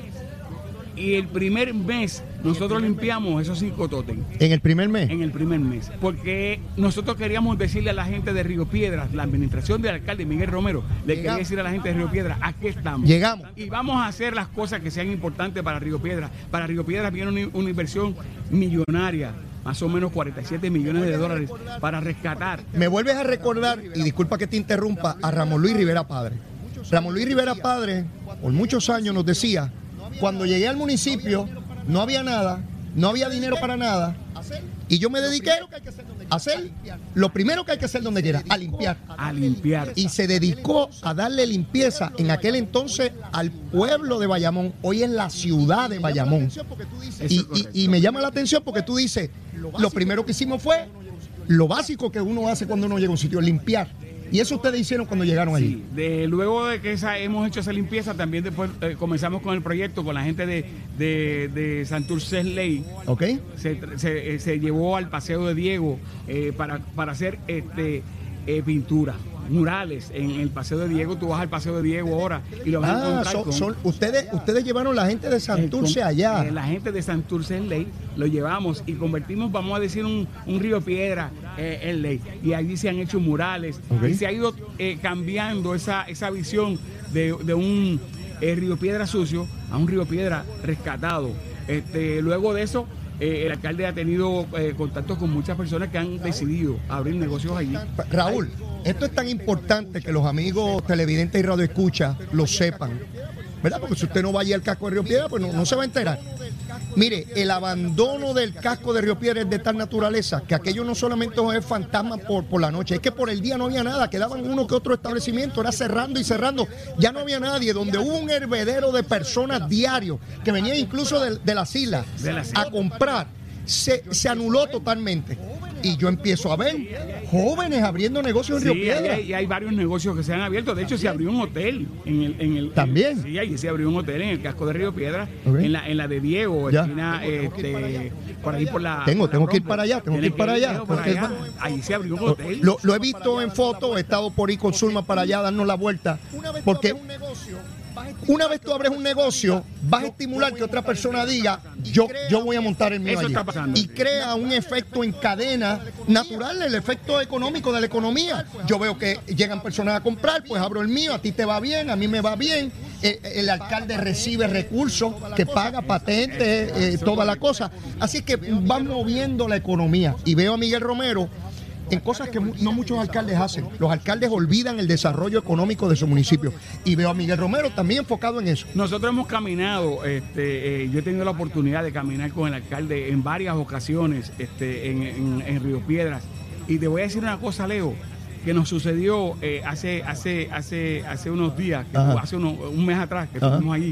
Y el primer mes nosotros limpiamos esos cinco tótems. En el primer mes. En el primer mes. Porque nosotros queríamos decirle a la gente de Río Piedras, la administración del alcalde Miguel Romero, le quería Llegamos. decir a la gente de Río Piedras, aquí estamos. Llegamos. Y vamos a hacer las cosas que sean importantes para Río Piedras. Para Río Piedras viene una, una inversión millonaria, más o menos cuarenta y siete millones de dólares para rescatar. Me vuelves a recordar, y disculpa que te interrumpa, a Ramón Luis Rivera Padre. Ramón Luis Rivera Padre, por muchos años nos decía, cuando llegué al municipio no había nada, no había dinero para nada, y yo me dediqué a hacer lo primero que hay que hacer donde quiera, a limpiar. A limpiar. Y se dedicó a darle limpieza en aquel entonces al pueblo de Bayamón, hoy es la ciudad de Bayamón. Eso Y, es correcto. y- y me llama la atención porque tú dices, lo primero que hicimos fue lo básico que uno hace cuando uno llega a un sitio, limpiar. Y eso ustedes hicieron cuando llegaron allí. Sí, de, luego de que esa, hemos hecho esa limpieza, también después eh, comenzamos con el proyecto con la gente de, de, de Santurce Ley. ¿Ok? Se, se, eh, se llevó al Paseo de Diego eh, para, para hacer este eh, pintura, murales en el Paseo de Diego. Tú vas al Paseo de Diego ahora y lo vas a Ah, encontrar son, con- son- ustedes, ustedes llevaron la gente de eh, Santurce con- allá. eh, la gente de Santurce en Ley lo llevamos y convertimos, vamos a decir, un, un río Piedra eh, en Ley. Y allí se han hecho murales Ok. y se ha ido eh, cambiando esa, esa visión de, de un eh, río Piedra sucio a un río Piedra rescatado. Este, luego de eso, eh, el alcalde ha tenido eh, contactos con muchas personas que han decidido abrir negocios allí. Raúl, esto es tan importante que los amigos televidentes y radioescuchas lo sepan, ¿verdad? Porque si usted no va allí al casco de Río Piedra, pues no, no se va a enterar. Mire, el abandono del casco de Río Piedra es de tal naturaleza que aquello no solamente es fantasma por, por la noche, es que por el día no había nada, quedaban uno que otro establecimiento, era cerrando y cerrando, ya no había nadie, donde hubo un hervedero de personas diarios que venían incluso de, de las islas De las islas. a comprar, se, se anuló totalmente. Y yo empiezo a ver jóvenes abriendo negocios en Río Sí, Piedra. hay, hay- hay varios negocios que se han abierto. De hecho, se abrió un hotel en el. En el ¿También? Sí, ahí se abrió un hotel en el casco de Río Piedra, Ok. en, la, en la de Diego, Ya. esquina, este, por ahí por la. Tengo- por la tengo que ir Bromwell. para allá, tengo que Tienes ir para allá, Leo, por tengo que ir allá. para- Ahí se abrió un hotel. Lo, lo he visto en fotos, he estado por ahí con Zulma para allá, darnos la vuelta. Porque una vez tú abres un negocio, vas a estimular que otra persona diga, yo, yo voy a montar el mío Eso allí. está pasando. Y crea un efecto en cadena natural, el efecto económico de la economía. Yo veo que llegan personas a comprar, pues abro el mío, a ti te va bien, a mí me va bien. Eh, el alcalde recibe recursos, que paga patentes, eh, toda la cosa. Así que van moviendo la economía. Y veo a Miguel Romero en cosas que mu- no muchos alcaldes hacen. Los alcaldes olvidan el desarrollo económico de su municipio. Y veo a Miguel Romero también enfocado en eso. Nosotros hemos caminado, este, eh, yo he tenido la oportunidad de caminar con el alcalde en varias ocasiones este, en, en, en Río Piedras. Y te voy a decir una cosa, Leo, que nos sucedió eh, hace, hace, hace, hace unos días, que Ajá. hace unos, un mes atrás que Ajá. estuvimos allí.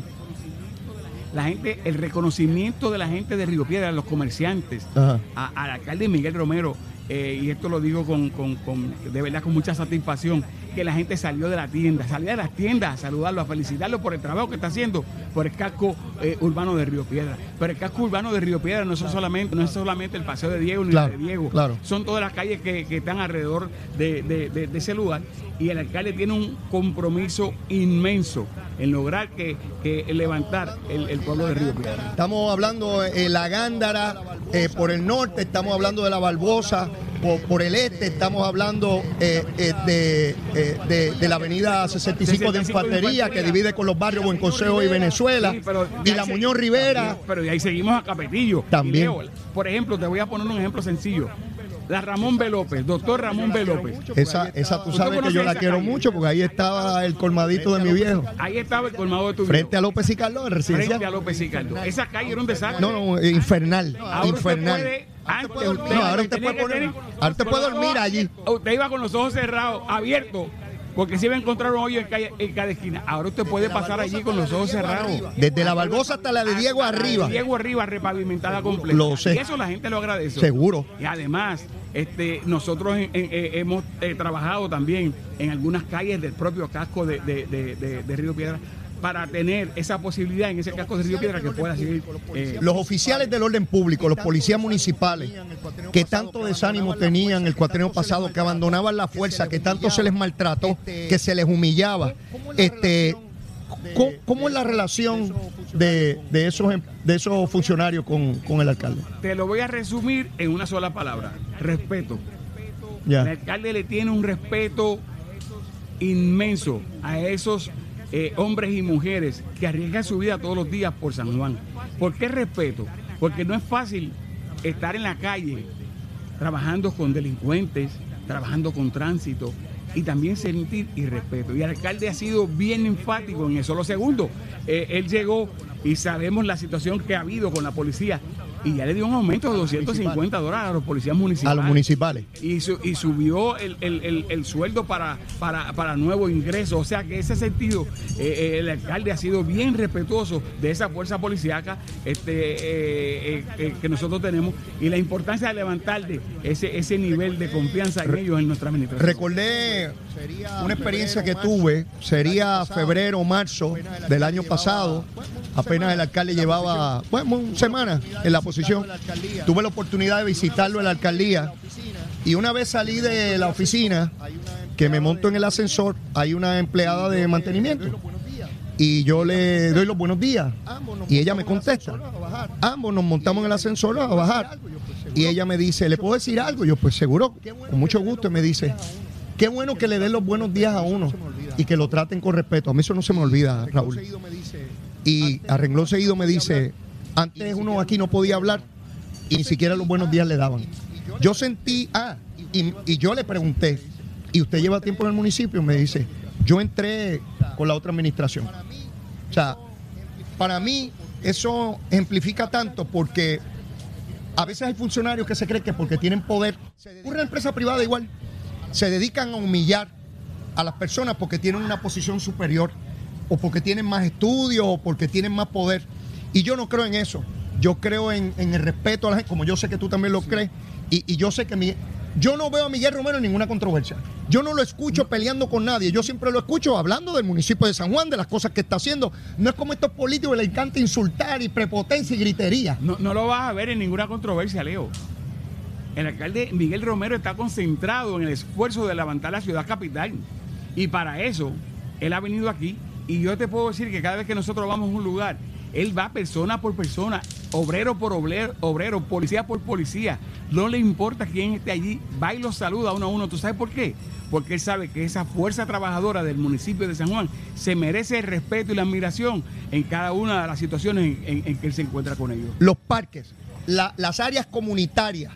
La gente, el reconocimiento de la gente de Río Piedras, los comerciantes, Ajá. a- al alcalde Miguel Romero, eh, y esto lo digo con, con, con, de verdad con mucha satisfacción, que la gente salió de la tienda, salió de las tiendas a saludarlo, a felicitarlo por el trabajo que está haciendo por el casco eh, urbano de Río Piedras. Pero el casco urbano de Río Piedras no es solamente, no es solamente el Paseo de Diego ni Claro, la de Diego, claro. son todas las calles que, que están alrededor de, de- de- de ese lugar, y el alcalde tiene un compromiso inmenso en lograr que, que levantar el, el pueblo de Río Piedras. Estamos hablando de la Gándara eh, por el norte, estamos hablando de la Barbosa por, por el este, estamos hablando eh, eh, de, eh, de, de la avenida sesenta y cinco de Infantería, que divide con los barrios Buen Consejo y Venezuela, Sí, pero de y ahí la se- Muñoz Rivera. también, pero de ahí seguimos a Capetillo. También. Y Leo, por ejemplo, te voy a poner un ejemplo sencillo. La Ramón B. López, doctor Ramón B. López. Esa, esa tú ¿Usted sabes que conoce yo la esa quiero calle? mucho, porque ahí estaba el colmadito de mi viejo, Ahí estaba el colmado de tu frente viejo. a López y Carlos, el Frente a residencial. López y Caldo. Esa calle era un desastre. No, no, eh, infernal, Ahora usted infernal. puede, antes usted, No, ahora usted tenía puede que poner- tener- ahora usted puede con los dormir ojos- allí. Usted iba con los ojos cerrados, abiertos, porque si iba a encontrar un hoyo en, calle- en cada esquina. Ahora usted puede pasar allí con los ojos cerrados. Desde la Barbosa hasta la de Diego Hasta la de arriba. Diego arriba, repavimentada completa. Lo sé. Y eso la gente lo agradece. Seguro. Y además, este, nosotros en- en- eh, hemos eh, trabajado también en algunas calles del propio casco de, de- de- de- de Río Piedra para tener esa posibilidad en ese casco de Río Piedra que pueda seguir. eh, Los oficiales del orden público, los policías municipales, que tanto desánimo tenían el cuatrienio pasado, que abandonaban la fuerza, que tanto se les maltrató, que se les humillaba. Este, ¿cómo, cómo es la relación de, de esos, em- de esos funcionarios con, con el alcalde? te lo voy a resumir en una sola palabra: respeto. El Ya. alcalde le tiene un respeto inmenso a esos eh, hombres y mujeres que arriesgan su vida todos los días por San Juan. ¿Por qué respeto? Porque no es fácil estar en la calle trabajando con delincuentes, trabajando con tránsito y también sentir irrespeto. Y el alcalde ha sido bien enfático en eso. Lo segundo, eh, él llegó y sabemos la situación que ha habido con la policía y ya le dio un aumento de doscientos cincuenta dólares a los policías A municipales. los municipales. Y, su- y subió el, el- el- el sueldo para, para, para nuevos ingresos. O sea que en ese sentido, eh, eh, el alcalde ha sido bien respetuoso de esa fuerza policíaca este, eh, eh, eh, que nosotros tenemos y la importancia de levantarle ese, ese nivel de confianza en ellos en nuestra administración. Recordé una experiencia que tuve, sería febrero o marzo del año pasado, apenas el alcalde llevaba, bueno, semanas en la posición. Tuve la oportunidad de visitarlo en la alcaldía y una vez salí de la oficina, que me monto en el ascensor, hay una empleada de mantenimiento y yo le doy los buenos días y ella me contesta. Ambos nos montamos en el ascensor a bajar y ella me dice, ¿le puedo decir algo? Yo, pues seguro, con mucho gusto. Y me dice, qué bueno que le den los buenos días a uno y que lo traten con respeto. A mí eso no se me olvida, Raúl. Y a renglón seguido me dice, antes uno aquí no podía hablar y ni siquiera los buenos días le daban. Yo sentí, ah, y, y yo le pregunté, ¿y usted lleva tiempo en el municipio? Me dice, yo entré con la otra administración. O sea, para mí eso ejemplifica tanto porque a veces hay funcionarios que se creen que porque tienen poder, ocurre en la empresa privada igual, se dedican a humillar a las personas porque tienen una posición superior o porque tienen más estudios o porque tienen más poder. Y yo no creo en eso. Yo creo en, en el respeto a la gente, como yo sé que tú también lo crees. Y, y yo sé que mi, yo no veo a Miguel Romero en ninguna controversia. Yo no lo escucho peleando con nadie. Yo siempre lo escucho hablando del municipio de San Juan, de las cosas que está haciendo. No es como estos políticos que les encanta insultar y prepotencia y gritería. No, no lo vas a ver en ninguna controversia, Leo. El alcalde Miguel Romero está concentrado en el esfuerzo de levantar la ciudad capital. Y para eso, él ha venido aquí. Y yo te puedo decir que cada vez que nosotros vamos a un lugar, él va persona por persona, obrero por obrero, obrero, policía por policía. No le importa quién esté allí, va y los saluda uno a uno. ¿Tú sabes por qué? Porque él sabe que esa fuerza trabajadora del municipio de San Juan se merece el respeto y la admiración en cada una de las situaciones en, en- en que él se encuentra con ellos. Los parques, la- las áreas comunitarias,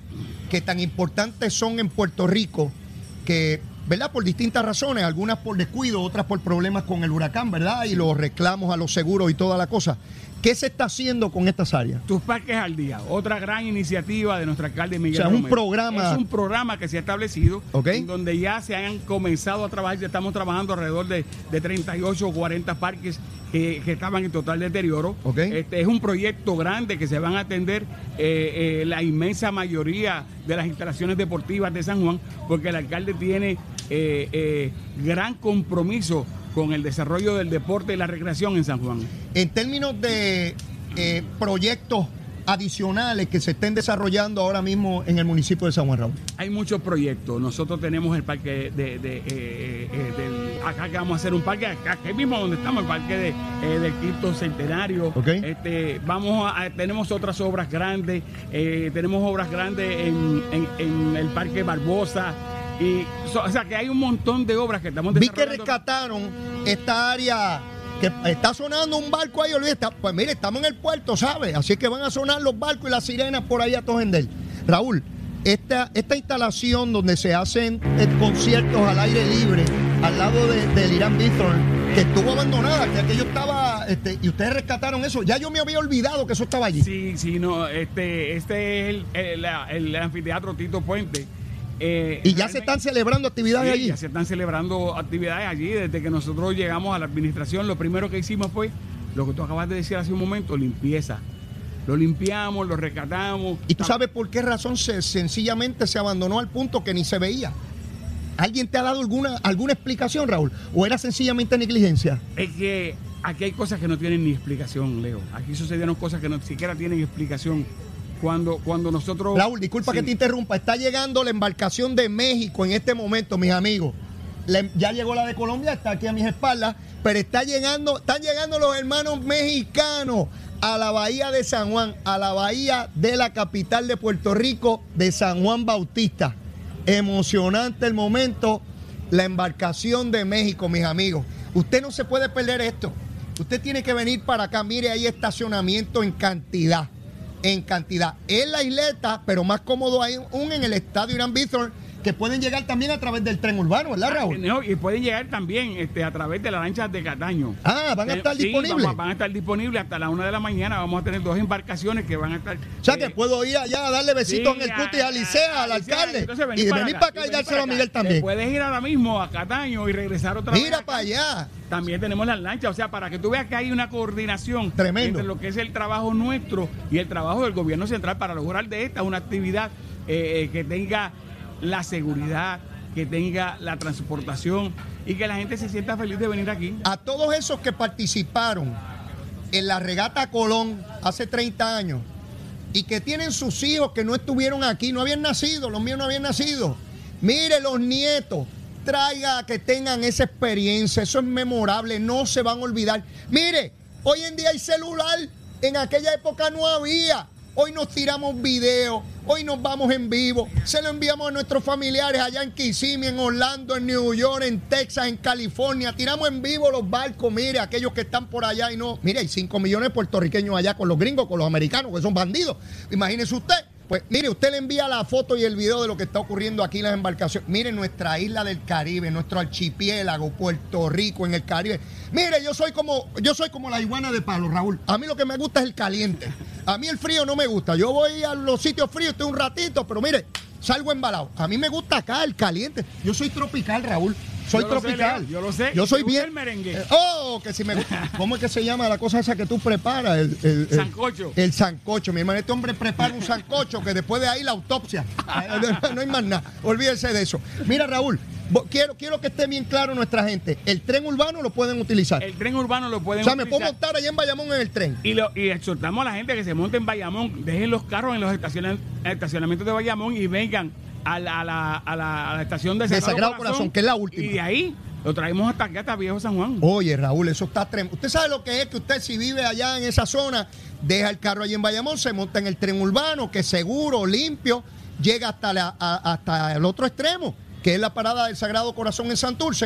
que tan importantes son en Puerto Rico, que, ¿verdad? Por distintas razones, algunas por descuido, otras por problemas con el huracán, ¿verdad? Y los reclamos a los seguros y toda la cosa. ¿Qué se está haciendo con estas áreas? Tus Parques al Día, otra gran iniciativa de nuestro alcalde Miguel O sea, es un Romero. programa. Es un programa que se ha establecido, Okay. en donde ya se han comenzado a trabajar, ya estamos trabajando alrededor de, de treinta y ocho o cuarenta parques que, que estaban en total deterioro. Okay. Este es un proyecto grande que se van a atender eh, eh, la inmensa mayoría de las instalaciones deportivas de San Juan, porque el alcalde tiene eh, eh, gran compromiso con el desarrollo del deporte y la recreación en San Juan. En términos de eh, proyectos adicionales que se estén desarrollando ahora mismo en el municipio de San Juan, Raúl. Hay muchos proyectos. Nosotros tenemos el parque de, de, eh, eh, del, acá que vamos a hacer un parque, acá, aquí mismo donde estamos, el parque de, eh, del quinto centenario. Okay. Este, vamos a, tenemos otras obras grandes, eh, tenemos obras grandes en, en, en el parque Barbosa. Y, so, o sea que hay un montón de obras que estamos Vi que desarrollando. rescataron esta área que está sonando un barco ahí, olvídate. Pues mire, estamos en el puerto, ¿sabes? Así que van a sonar los barcos y las sirenas por ahí a todo ender. Raúl, esta, esta instalación donde se hacen eh, conciertos al aire libre, al lado de, del Irán Bithorn, que estuvo abandonada, que aquello estaba, este, y ustedes rescataron eso. Ya yo me había olvidado que eso estaba allí. Sí, sí, no, este, este es el, el, el anfiteatro Tito Puente. Eh, y ya se están celebrando actividades sí, allí. Ya se están celebrando actividades allí. Desde que nosotros llegamos a la administración, lo primero que hicimos fue lo que tú acabas de decir hace un momento, limpieza. Lo limpiamos, lo rescatamos. ¿Y tú sabes por qué razón se, sencillamente se abandonó al punto que ni se veía? ¿Alguien te ha dado alguna, alguna explicación, Raúl? ¿O era sencillamente negligencia? Es que aquí hay cosas que no tienen ni explicación, Leo. Aquí sucedieron cosas que no siquiera tienen explicación. Cuando, cuando nosotros... Raúl, disculpa sí. que te interrumpa. Está llegando la embarcación de México en este momento, mis amigos. La, ya llegó la de Colombia, está aquí a mis espaldas, pero está llegando, están llegando los hermanos mexicanos a la bahía de San Juan, a la bahía de la capital de Puerto Rico, de San Juan Bautista. Emocionante el momento, la embarcación de México, mis amigos. Usted no se puede perder esto. Usted tiene que venir para acá. Mire, hay estacionamiento en cantidad. En cantidad. En la isleta, pero más cómodo aún en el estadio Irán Bithorn, que pueden llegar también a través del tren urbano, ¿verdad, Raúl? No, y pueden llegar también este, a través de las lanchas de Cataño. Ah, ¿van a estar sí, disponibles? Vamos, van a estar disponibles hasta la una de la mañana. Vamos a tener dos embarcaciones que van a estar... O sea, que eh, puedo ir allá a darle besitos sí, en el cutis a Licea, al Licea, alcalde, entonces y venir para acá y venir dárselo para a Miguel acá. también. Te puedes ir ahora mismo a Cataño y regresar otra vez. Mira acá. para allá. También tenemos las lanchas, o sea, para que tú veas que hay una coordinación Tremendo. entre lo que es el trabajo nuestro y el trabajo del gobierno central para lograr de esta una actividad eh, que tenga la seguridad, que tenga la transportación y que la gente se sienta feliz de venir aquí. A todos esos que participaron en la regata Colón hace treinta años y que tienen sus hijos que no estuvieron aquí, no habían nacido, los míos no habían nacido. Mire, los nietos, traiga que tengan esa experiencia, eso es memorable, no se van a olvidar. Mire, hoy en día hay celular, en aquella época no había. Hoy nos tiramos videos, hoy nos vamos en vivo, se lo enviamos a nuestros familiares allá en Kissimmee, en Orlando, en New York, en Texas, en California. Tiramos en vivo los barcos, mire, aquellos que están por allá y no. Mire, hay cinco millones de puertorriqueños allá con los gringos, con los americanos, que son bandidos. Imagínese usted. Pues mire, usted le envía la foto y el video de lo que está ocurriendo aquí en las embarcaciones. Mire nuestra isla del Caribe, nuestro archipiélago, Puerto Rico en el Caribe. Mire, yo soy como yo soy como la iguana de palo, Raúl. A mí lo que me gusta es el caliente. A mí el frío no me gusta. Yo voy a los sitios fríos, estoy un ratito, pero mire, salgo embalado. A mí me gusta acá el caliente. Yo soy tropical, Raúl. Soy Yo lo sé, tropical. Leo, yo lo sé. Yo soy ¿Te gusta bien. el merengue? Eh, oh, que si me gusta. ¿Cómo es que se llama la cosa esa que tú preparas? El, el, el- Sancocho. El sancocho. Mi hermano, este hombre prepara un sancocho que después de ahí la autopsia. No hay más nada. Olvídense de eso. Mira, Raúl, vo- quiero, quiero que esté bien claro nuestra gente. El tren urbano lo pueden utilizar. El tren urbano lo pueden O sea, me puedo utilizar. montar allá en Bayamón en el tren. Y, lo, y exhortamos a la gente que se monte en Bayamón, dejen los carros en los estaciona- estacionamientos de Bayamón y vengan a la, a la, a la, a la estación de De Sagrado, Sagrado Corazón, que es la última. Y de ahí lo traemos hasta acá, hasta Viejo San Juan. Oye, Raúl, eso está tremendo. Usted sabe lo que es que usted, si vive allá en esa zona, deja el carro allí en Bayamón, se monta en el tren urbano, que es seguro, limpio, llega hasta, la, a- hasta el otro extremo, que es la parada del Sagrado Corazón en Santurce.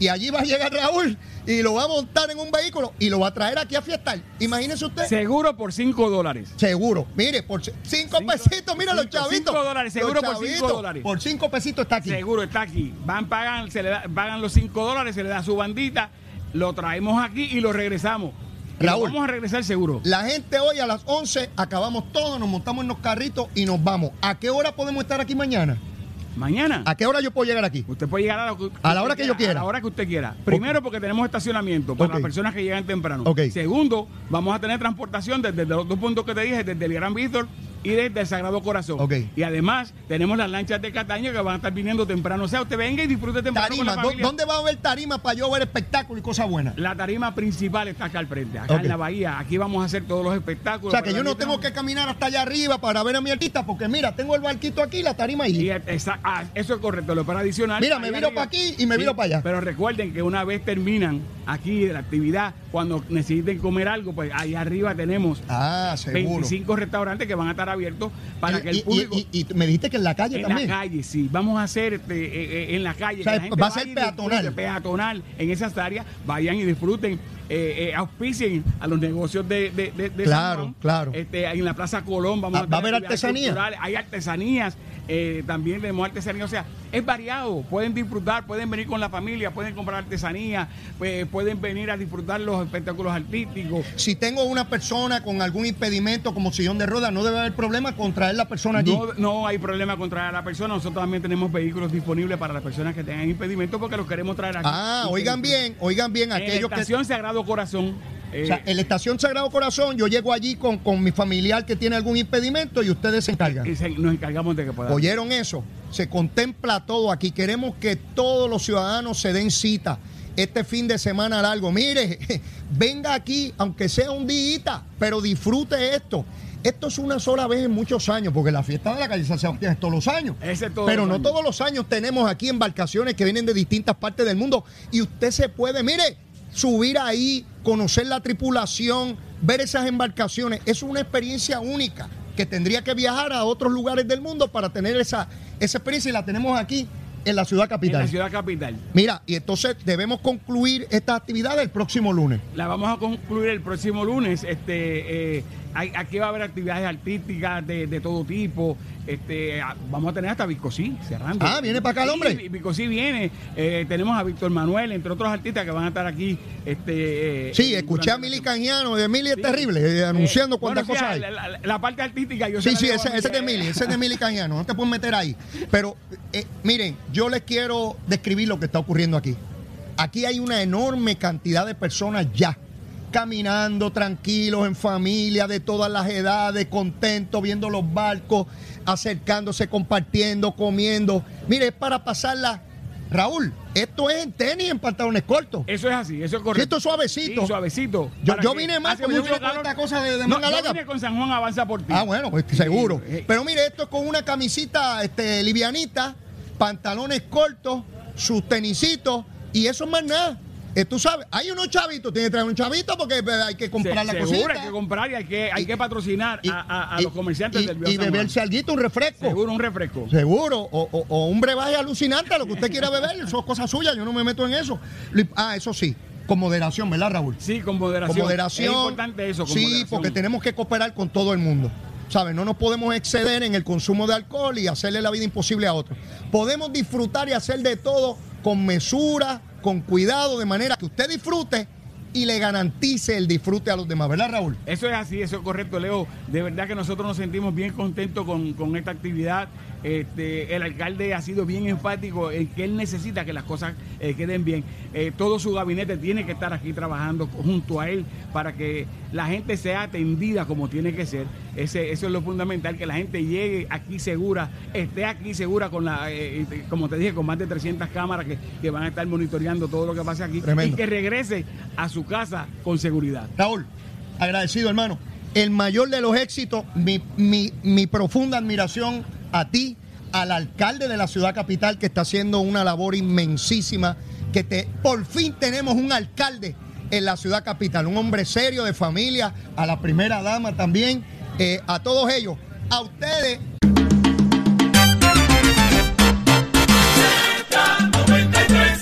Y allí va a llegar Raúl y lo va a montar en un vehículo y lo va a traer aquí a fiestar. Imagínese usted. Seguro por cinco dólares. Seguro. Mire, por cinco, cinco pesitos, mira cinco, los chavitos. cinco dólares, seguro Los por cinco chavitos, dólares. Por cinco pesitos está aquí. Seguro está aquí. Van, pagan, se le da, pagan los cinco dólares, se le da su bandita, lo traemos aquí y lo regresamos. Y Raúl, lo vamos a regresar seguro. La gente hoy a las once acabamos todo, nos montamos en los carritos y nos vamos. ¿A qué hora podemos estar aquí mañana? Mañana. ¿A qué hora yo puedo llegar aquí? Usted puede llegar a la, a la hora que yo quiera. A la hora que usted quiera. Primero, porque tenemos estacionamiento para Okay. las personas que llegan temprano. Okay. Segundo, vamos a tener transportación desde los dos puntos que te dije, desde el Gran Víctor y desde el Sagrado Corazón. Okay. Y además, tenemos las lanchas de Cataño que van a estar viniendo temprano. O sea, usted venga y disfrute temprano Tarima. con la familia. ¿Dónde va a haber tarima para yo ver espectáculo y cosas buenas? La tarima principal está acá al frente, acá Okay. en la bahía. Aquí vamos a hacer todos los espectáculos. O sea, que para yo la no tengo gente. que caminar hasta allá arriba para ver a mi artista, porque mira, tengo el barquito aquí y la tarima ahí. Y esa- ah, eso es correcto, lo para adicional. Mira, me ahí viro arriba. para aquí y me viro para allá. Pero recuerden que una vez terminan aquí de la actividad, cuando necesiten comer algo, pues ahí arriba tenemos Ah, seguro. veinticinco restaurantes que van a estar abiertos para Y- que el y- público... y, y- y me dijiste que en la calle en también. la calle, sí. Vamos a hacer este, eh, eh, en la calle. O sea, que la gente va a vaya ser y peatonal. disfrute, peatonal en esas áreas. Vayan y disfruten, eh, eh, auspicien a los negocios de, de, de, de Claro, San Juan. claro. Este, en la Plaza Colón vamos Ah, a ¿va a tener haber actividades artesanía? culturales, hay artesanías, eh, también tenemos artesanía. O sea, es variado. Pueden disfrutar, pueden venir con la familia, pueden comprar artesanía, pues, pueden venir a disfrutar los espectáculos artísticos. Si tengo una persona con algún impedimento como sillón de ruedas, no debe haber problema con traer la persona allí. No, no hay problema con traer a la persona. Nosotros también tenemos vehículos disponibles para las personas que tengan impedimentos porque los queremos traer aquí. Ah, Y que oigan disfruten. bien, oigan bien, En la aquellos que... estación Sagrado Corazón. eh, O sea, en la estación Sagrado Corazón, yo llego allí con, con mi familiar que tiene algún impedimento y ustedes se encargan. eh, se- nos encargamos de que puedan. ¿Oyeron eso? Se contempla todo aquí. Queremos que todos los ciudadanos se den cita este fin de semana largo. Mire, venga aquí, aunque sea un día, pero disfrute esto. Esto es una sola vez en muchos años, porque la fiesta de la calle San Sebastián es todos los años. Ese es todos pero los no años. todos los años tenemos aquí embarcaciones que vienen de distintas partes del mundo y usted se puede, mire, subir ahí, conocer la tripulación, ver esas embarcaciones. Es una experiencia única que tendría que viajar a otros lugares del mundo para tener esa, esa experiencia y la tenemos aquí en la ciudad En capital. la ciudad capital. Mira, y entonces debemos concluir estas actividades el próximo lunes. La vamos a concluir el próximo lunes. Este, eh, hay- aquí va a haber actividades artísticas de, de todo tipo. Este, a- vamos a tener hasta Vicosí cerrando. Ah, ¿viene para acá el Sí, hombre? Vi- Vicosí viene. Eh, tenemos a Víctor Manuel, entre otros artistas que van a estar aquí. Este, eh, Sí, eh, escuché a durante la Mili Cañano, de Mili es Sí. terrible, eh, Eh, anunciando bueno, cuántas sí, cosas hay. La, la- la parte artística, yo se Sí, la sí, dejo ese, a ese es de Miguel. Mili, ese es de Mili Cañano, no te puedes meter ahí. Pero, eh, miren, yo les quiero describir lo que está ocurriendo aquí. Aquí hay una enorme cantidad de personas ya, caminando tranquilos, en familia, de todas las edades, contentos, viendo los barcos, acercándose, compartiendo, comiendo. Mire, es para pasarla. Raúl, esto es en tenis, en pantalones cortos. Eso es así, eso es Sí, correcto. esto es suavecito. Sí, suavecito. Yo, Para yo que vine más, hace porque yo mucho vine con calor. esta cosa de, de No, manga yo larga. vine con San Juan Avanza por ti. Ah, bueno, pues seguro. Sí, eh. Pero mire, esto es con una camisita este, livianita, pantalones cortos, sus tenisitos, y eso es más nada. Eh, tú sabes, hay unos chavitos, tiene que traer un chavito porque eh, hay que comprar la Seguro, cosita. hay que comprar y hay que, hay Y- que patrocinar Y- a, a- a y- los comerciantes y, del y Bio San Juan. beberse alguito, un refresco. Seguro, un refresco. Seguro, o, o- o un brebaje alucinante, lo que usted quiera beber, eso es cosa suya, yo no me meto en eso. Lo- Ah, eso sí, con moderación, ¿verdad, Raúl? Sí, con moderación. Con moderación. Es importante eso, con Sí, moderación. porque tenemos que cooperar con todo el mundo. ¿Sabes? No nos podemos exceder en el consumo de alcohol y hacerle la vida imposible a otros. Podemos disfrutar y hacer de todo con mesura, con cuidado, de manera que usted disfrute y le garantice el disfrute a los demás, ¿verdad, Raúl? Eso es así, eso es correcto, Leo. De verdad que nosotros nos sentimos bien contentos con, con esta actividad. Este, el alcalde ha sido bien enfático en que él necesita que las cosas eh, queden bien. Eh, todo su gabinete tiene que estar aquí trabajando junto a él para que la gente sea atendida como tiene que ser. Ese, eso es lo fundamental, que la gente llegue aquí segura, esté aquí segura con la, eh, eh, como te dije, con más de trescientas cámaras que, que van a estar monitoreando todo lo que pase aquí. Tremendo. Y que regrese a su casa con seguridad. Raúl, agradecido, hermano. El mayor de los éxitos, mi, mi, mi profunda admiración a ti, al alcalde de la ciudad capital, que está haciendo una labor inmensísima, que te, por fin tenemos un alcalde en la ciudad capital, un hombre serio, de familia, a la primera dama también, eh, a todos ellos. A ustedes,